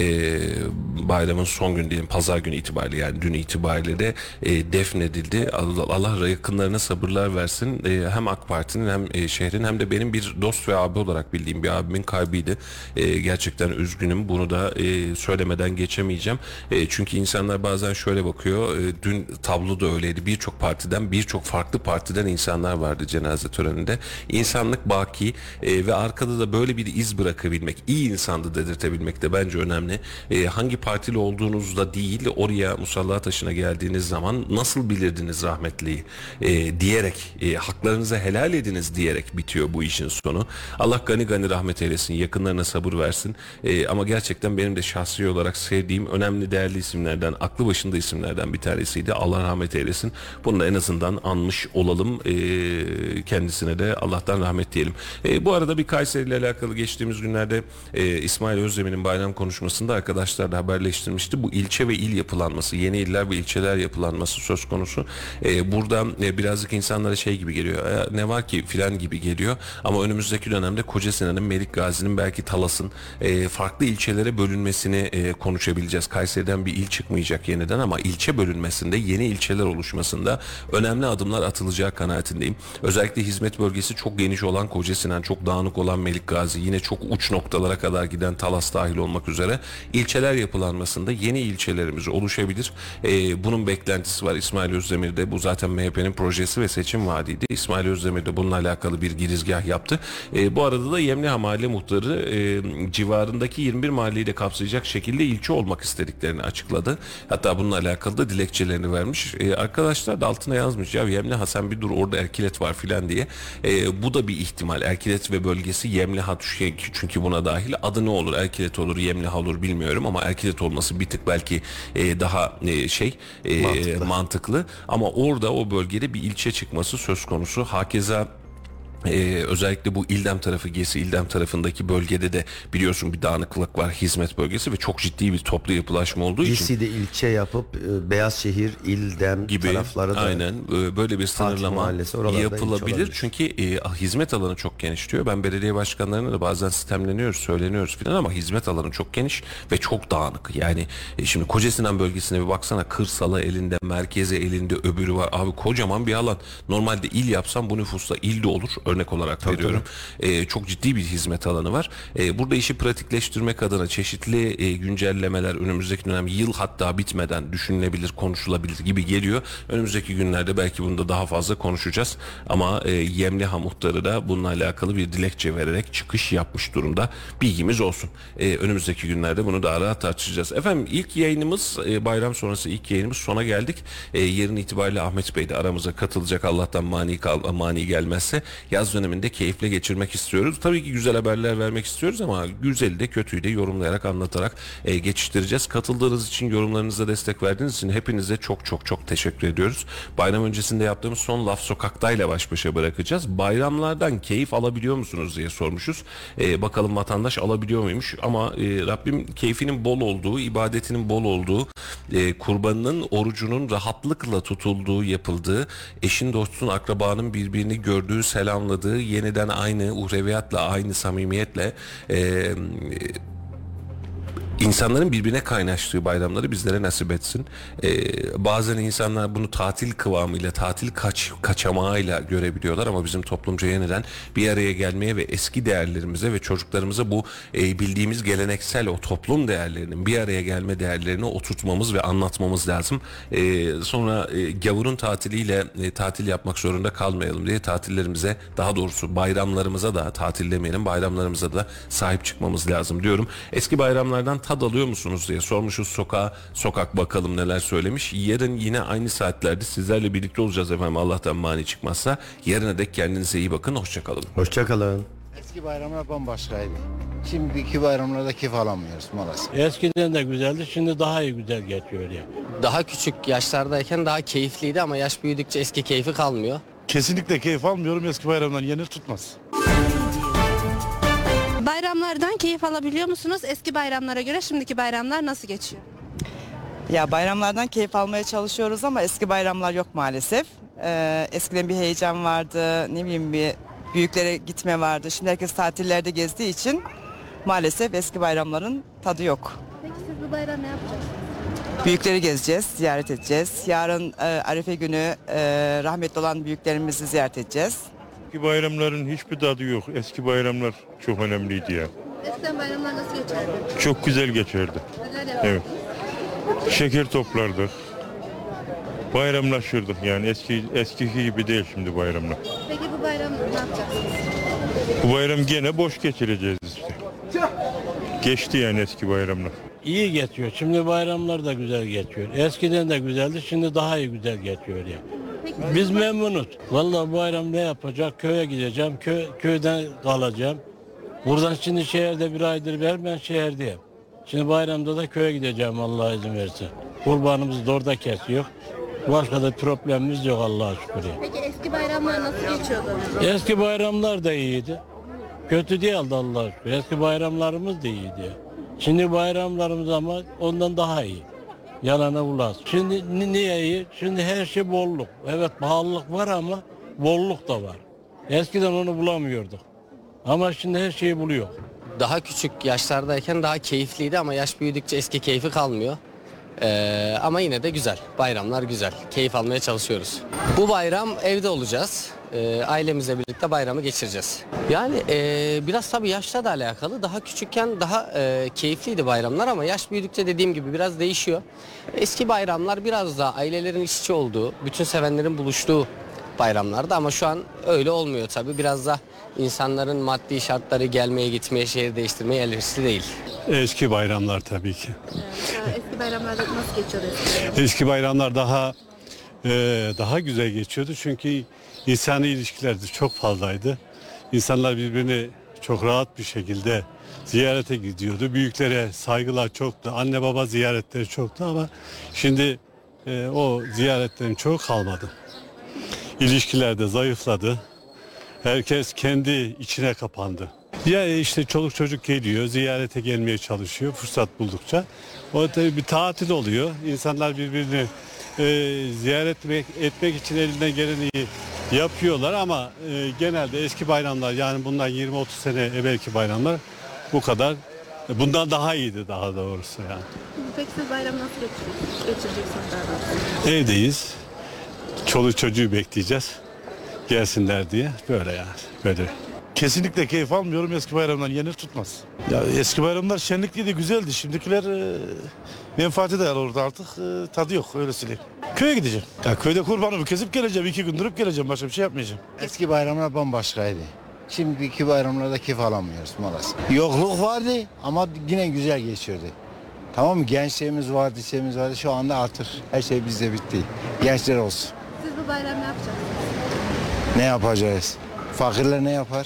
Bayramın son günü diyelim, pazar günü itibariyle, yani dün itibariyle de defnedildi. Allah yakınlarına sabırlar versin. Hem AK Parti'nin hem şehrin hem de benim bir dost ve abi olarak bildiğim bir abimin kaybıydı. Gerçekten üzgünüm. Bunu da söylemeden geçemeyeceğim. Çünkü insanlar bazen şöyle bakıyor. Dün tablo da öyleydi. Birçok partiden, birçok farklı partiden insanlar vardı cenaze töreninde. İnsanlık baki ve arkada da böyle bir iz bırakabilmek, iyi insandı dedirtebilmek de bence önemli. Hangi partili olduğunuzda değil, oraya musalla taşına geldiğiniz zaman nasıl bilirdiniz rahmetliyi diyerek, haklarınızı helal ediniz diyerek bitiyor bu işin sonu. Allah gani gani rahmet eylesin, yakınlarına sabır versin. Ama gerçekten benim de şahsi olarak sevdiğim, önemli, değerli isimlerden, aklı başında isimlerden bir tanesiydi. Allah rahmet eylesin. Bunu da en azından anmış olalım. Kendisine de Allah'tan rahmet diyelim. Bu arada bir Kayseri ile alakalı geçtiğimiz günlerde İsmail Özdemir'in bayram konuşmasında arkadaşlarla haberleştirmişti. Bu ilçe ve il yapılanması, yeni iller ve ilçeler yapılanması söz konusu. Buradan birazcık insanlara şey gibi geliyor. Ne var ki filan gibi geliyor. Ama önümüzdeki dönemde Kocasinan'ın, Melikgazi'nin, belki Talas'ın farklı ilçelere bölünmesini konuşabileceğiz. Kayseri'den bir il çıkmayacak yeniden ama ilçe bölünmesinde, yeni ilçeler oluşmasında önemli adımlar atılacağı kanaatindeyim. Özellikle hizmet bölgesi çok geniş olan Kocasinan, çok dağınık olan Melikgazi, yine çok uç noktalara kadar giden Talas dahil olmak üzere ilçeler yapılanmasında yeni ilçelerimiz oluşabilir. Bunun beklentisi var İsmail Özdemir'de. Bu zaten MHP'nin projesi ve seçim vaadiydi. İsmail Özdemir de bununla alakalı bir girizgah yaptı. Bu arada da Yemliha Mahalle Muhtarı civarındaki 21 mahalleyi de kapsayacak şekilde ilçe olmak istediklerini açıkladı. Hatta bununla alakalı da dilekçelerini vermiş. Arkadaşlar da altına yazmış, ya Yemliha sen bir dur, orada Erkilet var filan diye. Bu da bir ihtimal. Erkilet ve bölgesi Yemliha, çünkü buna dahil. Adı ne olur? Erkilet olur, Yemliha olur bilmiyorum ama Erkilet olması bir tık belki daha mantıklı. Ama orada, o bölgede bir ilçe çıkması söz konusu. Hakeza özellikle bu İldem tarafı, Gesi İldem tarafındaki bölgede de biliyorsun bir dağınıklık var, hizmet bölgesi ve çok ciddi bir toplu yapılaşma olduğu için. Gesi'de ilçe yapıp Beyazşehir, İldem gibi tarafları da, aynen böyle bir sınırlama yapılabilir. Çünkü hizmet alanı çok geniş diyor. Ben belediye başkanlarına da bazen sistemleniyoruz, söyleniyoruz filan ama hizmet alanı çok geniş ve çok dağınık. Yani şimdi Kocasinan bölgesine bir baksana, kırsalı elinde, merkezi elinde, öbürü var. Abi kocaman bir alan. Normalde il yapsam bu nüfusla ilde olur. Örnek olarak veriyorum. Çok ciddi bir hizmet alanı var. Burada işi pratikleştirmek adına çeşitli güncellemeler önümüzdeki dönem, yıl hatta bitmeden düşünülebilir, konuşulabilir gibi geliyor. Önümüzdeki günlerde belki bunda daha fazla konuşacağız. Ama Yemliha muhtarı da bununla alakalı bir dilekçe vererek çıkış yapmış durumda. Bilgimiz olsun. Önümüzdeki günlerde bunu daha rahat tartışacağız. Efendim, ilk yayınımız, bayram sonrası ilk yayınımız sona geldik. Yarın itibariyle Ahmet Bey de aramıza katılacak. Allah'tan mani gelmezse. yaz döneminde keyifle geçirmek istiyoruz. Tabii ki güzel haberler vermek istiyoruz ama güzeli de kötüyü de yorumlayarak, anlatarak geçiştireceğiz. Katıldığınız için, yorumlarınıza destek verdiğiniz için hepinize çok çok çok teşekkür ediyoruz. Bayram öncesinde yaptığımız son laf sokaktayla baş başa bırakacağız. Bayramlardan keyif alabiliyor musunuz diye sormuşuz. Bakalım vatandaş alabiliyor muymuş? Ama Rabbim keyfinin bol olduğu, ibadetinin bol olduğu, kurbanının, orucunun rahatlıkla tutulduğu, yapıldığı, eşin, dostun, akrabanın birbirini gördüğü, selamladığı, yeniden aynı uhreviyatla, aynı samimiyetle İnsanların birbirine kaynaştığı bayramları bizlere nasip etsin. Bazen insanlar bunu tatil kıvamıyla, tatil kaçamağıyla görebiliyorlar ama bizim toplumca yeniden bir araya gelmeye ve eski değerlerimize ve çocuklarımıza bu bildiğimiz geleneksel o toplum değerlerinin, bir araya gelme değerlerini oturtmamız ve anlatmamız lazım. Sonra gavurun tatiliyle tatil yapmak zorunda kalmayalım diye tatillerimize, daha doğrusu bayramlarımıza da, tatil demeyelim, bayramlarımıza da sahip çıkmamız lazım diyorum. Eski bayramlardan tad alıyor musunuz diye sormuşuz sokak bakalım neler söylemiş. Yarın yine aynı saatlerde sizlerle birlikte olacağız efendim, Allah'tan mani çıkmazsa. Yarına dek kendinize iyi bakın, hoşçakalın. Hoşçakalın. Eski bayramlar bambaşkaydı. Şimdiki bayramlarda keyif alamıyoruz maalesef. Eskiden de güzeldi, şimdi daha iyi güzel geçiyor ya. Daha küçük yaşlardayken daha keyifliydi ama yaş büyüdükçe eski keyfi kalmıyor. Kesinlikle keyif almıyorum, eski bayramdan yerini tutmaz. Bayramlardan keyif alabiliyor musunuz? Eski bayramlara göre şimdiki bayramlar nasıl geçiyor? Ya bayramlardan keyif almaya çalışıyoruz ama eski bayramlar yok maalesef. Eskiden bir heyecan vardı, ne bileyim bir büyüklere gitme vardı. Şimdi herkes tatillerde gezdiği için maalesef eski bayramların tadı yok. Peki siz bu bayram ne yapacaksınız? Büyükleri gezeceğiz, ziyaret edeceğiz. Yarın Arife günü rahmetli olan büyüklerimizi ziyaret edeceğiz. Eski bayramların hiçbir tadı yok. Eski bayramlar çok önemliydi ya. Eskiden bayramlar nasıl geçerdi? Çok güzel geçerdi. Neler yapardınız? Evet. Şeker toplardık. Bayramlaşırdık yani eskiki gibi değil şimdi bayramlar. Peki bu bayram ne yapacaksınız? Bu bayram gene boş geçireceğiz işte. Geçti yani eski bayramlar. İyi geçiyor, şimdi bayramlar da güzel geçiyor. Eskiden de güzeldi, şimdi daha iyi güzel geçiyor ya. Peki, Biz memnunuz. Vallahi bu bayram ne yapacak? Köye gideceğim, köyden kalacağım. Buradan şimdi şehirde bir aydır ben şehirdeyim. Şimdi bayramda da köye gideceğim Allah izin verirse. Kurbanımızı da orada kesiyor. Başka da problemimiz yok Allah'a şükür. peki eski bayramlar nasıl geçiyordu? Eski bayramlar da iyiydi. Kötü değildi Allah'a şükür. Eski bayramlarımız da iyiydi. Şimdi bayramlarımız ama ondan daha iyi. Yalana ulas. Şimdi niye iyi? Şimdi her şey bolluk. Evet pahalılık var ama bolluk da var. Eskiden onu bulamıyorduk. Ama şimdi her şeyi buluyor. Daha küçük yaşlardayken daha keyifliydi ama yaş büyüdükçe eski keyfi kalmıyor. Ama yine de güzel. Bayramlar güzel. Keyif almaya çalışıyoruz. Bu bayram evde olacağız. Ailemizle birlikte bayramı geçireceğiz. Yani biraz tabii yaşla da alakalı. Daha küçükken daha keyifliydi bayramlar ama yaş büyüdükçe dediğim gibi biraz değişiyor. Eski bayramlar biraz daha ailelerin iç içe olduğu, bütün sevenlerin buluştuğu bayramlardı ama şu an öyle olmuyor tabii. Biraz da insanların maddi şartları gelmeye gitmeye, şehir değiştirmeye elverişli değil. Eski bayramlar tabii ki. Eski bayramlarda nasıl geçiyordu Eski bayramlar daha güzel geçiyordu çünkü insani ilişkiler de çok fazlaydı. İnsanlar birbirini çok rahat bir şekilde ziyarete gidiyordu. Büyüklere saygılar çoktu. Anne baba ziyaretleri çoktu ama şimdi o ziyaretlerin çoğu kalmadı. İlişkiler de zayıfladı. Herkes kendi içine kapandı. Ya işte çoluk çocuk geliyor, ziyarete gelmeye çalışıyor fırsat buldukça. O tabii bir tatil oluyor. İnsanlar birbirini ziyaret etmek için elinden geleni yapıyorlar ama genelde eski bayramlar, yani bundan 20-30 sene evvelki bayramlar bu kadar, bundan daha iyiydi daha doğrusu yani. Peki siz bayram nasıl geçireceksiniz daha doğrusu? Evdeyiz. Çoluk çocuğu bekleyeceğiz. Gelsinler diye böyle yani. Böyle. Kesinlikle keyif almıyorum, eski bayramdan yerini tutmaz. Ya eski bayramlar şenlikliydi, güzeldi. Şimdikiler menfaati de orada artık tadı yok, öyle söyleyeyim. Köye gideceğim. Ya köyde kurbanımı kesip geleceğim, 2 gün durup geleceğim, başka bir şey yapmayacağım. Eski bayramlar bambaşkaydı. Şimdiki bayramlarda keyif alamıyoruz maalesef. Yokluk vardı ama yine güzel geçiyordu. Tamam mı? Gençliğimiz vardı, şeyimiz vardı. Şu anda artık her şey bizde bitti. Gençler olsun. Siz bu bayram ne yapacaksınız? Ne yapacağız? Fakirler ne yapar?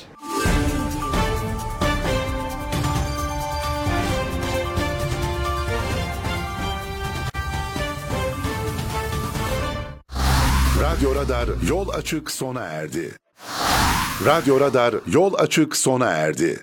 Radyo Radar yol açık sona erdi. Radyo Radar yol açık sona erdi.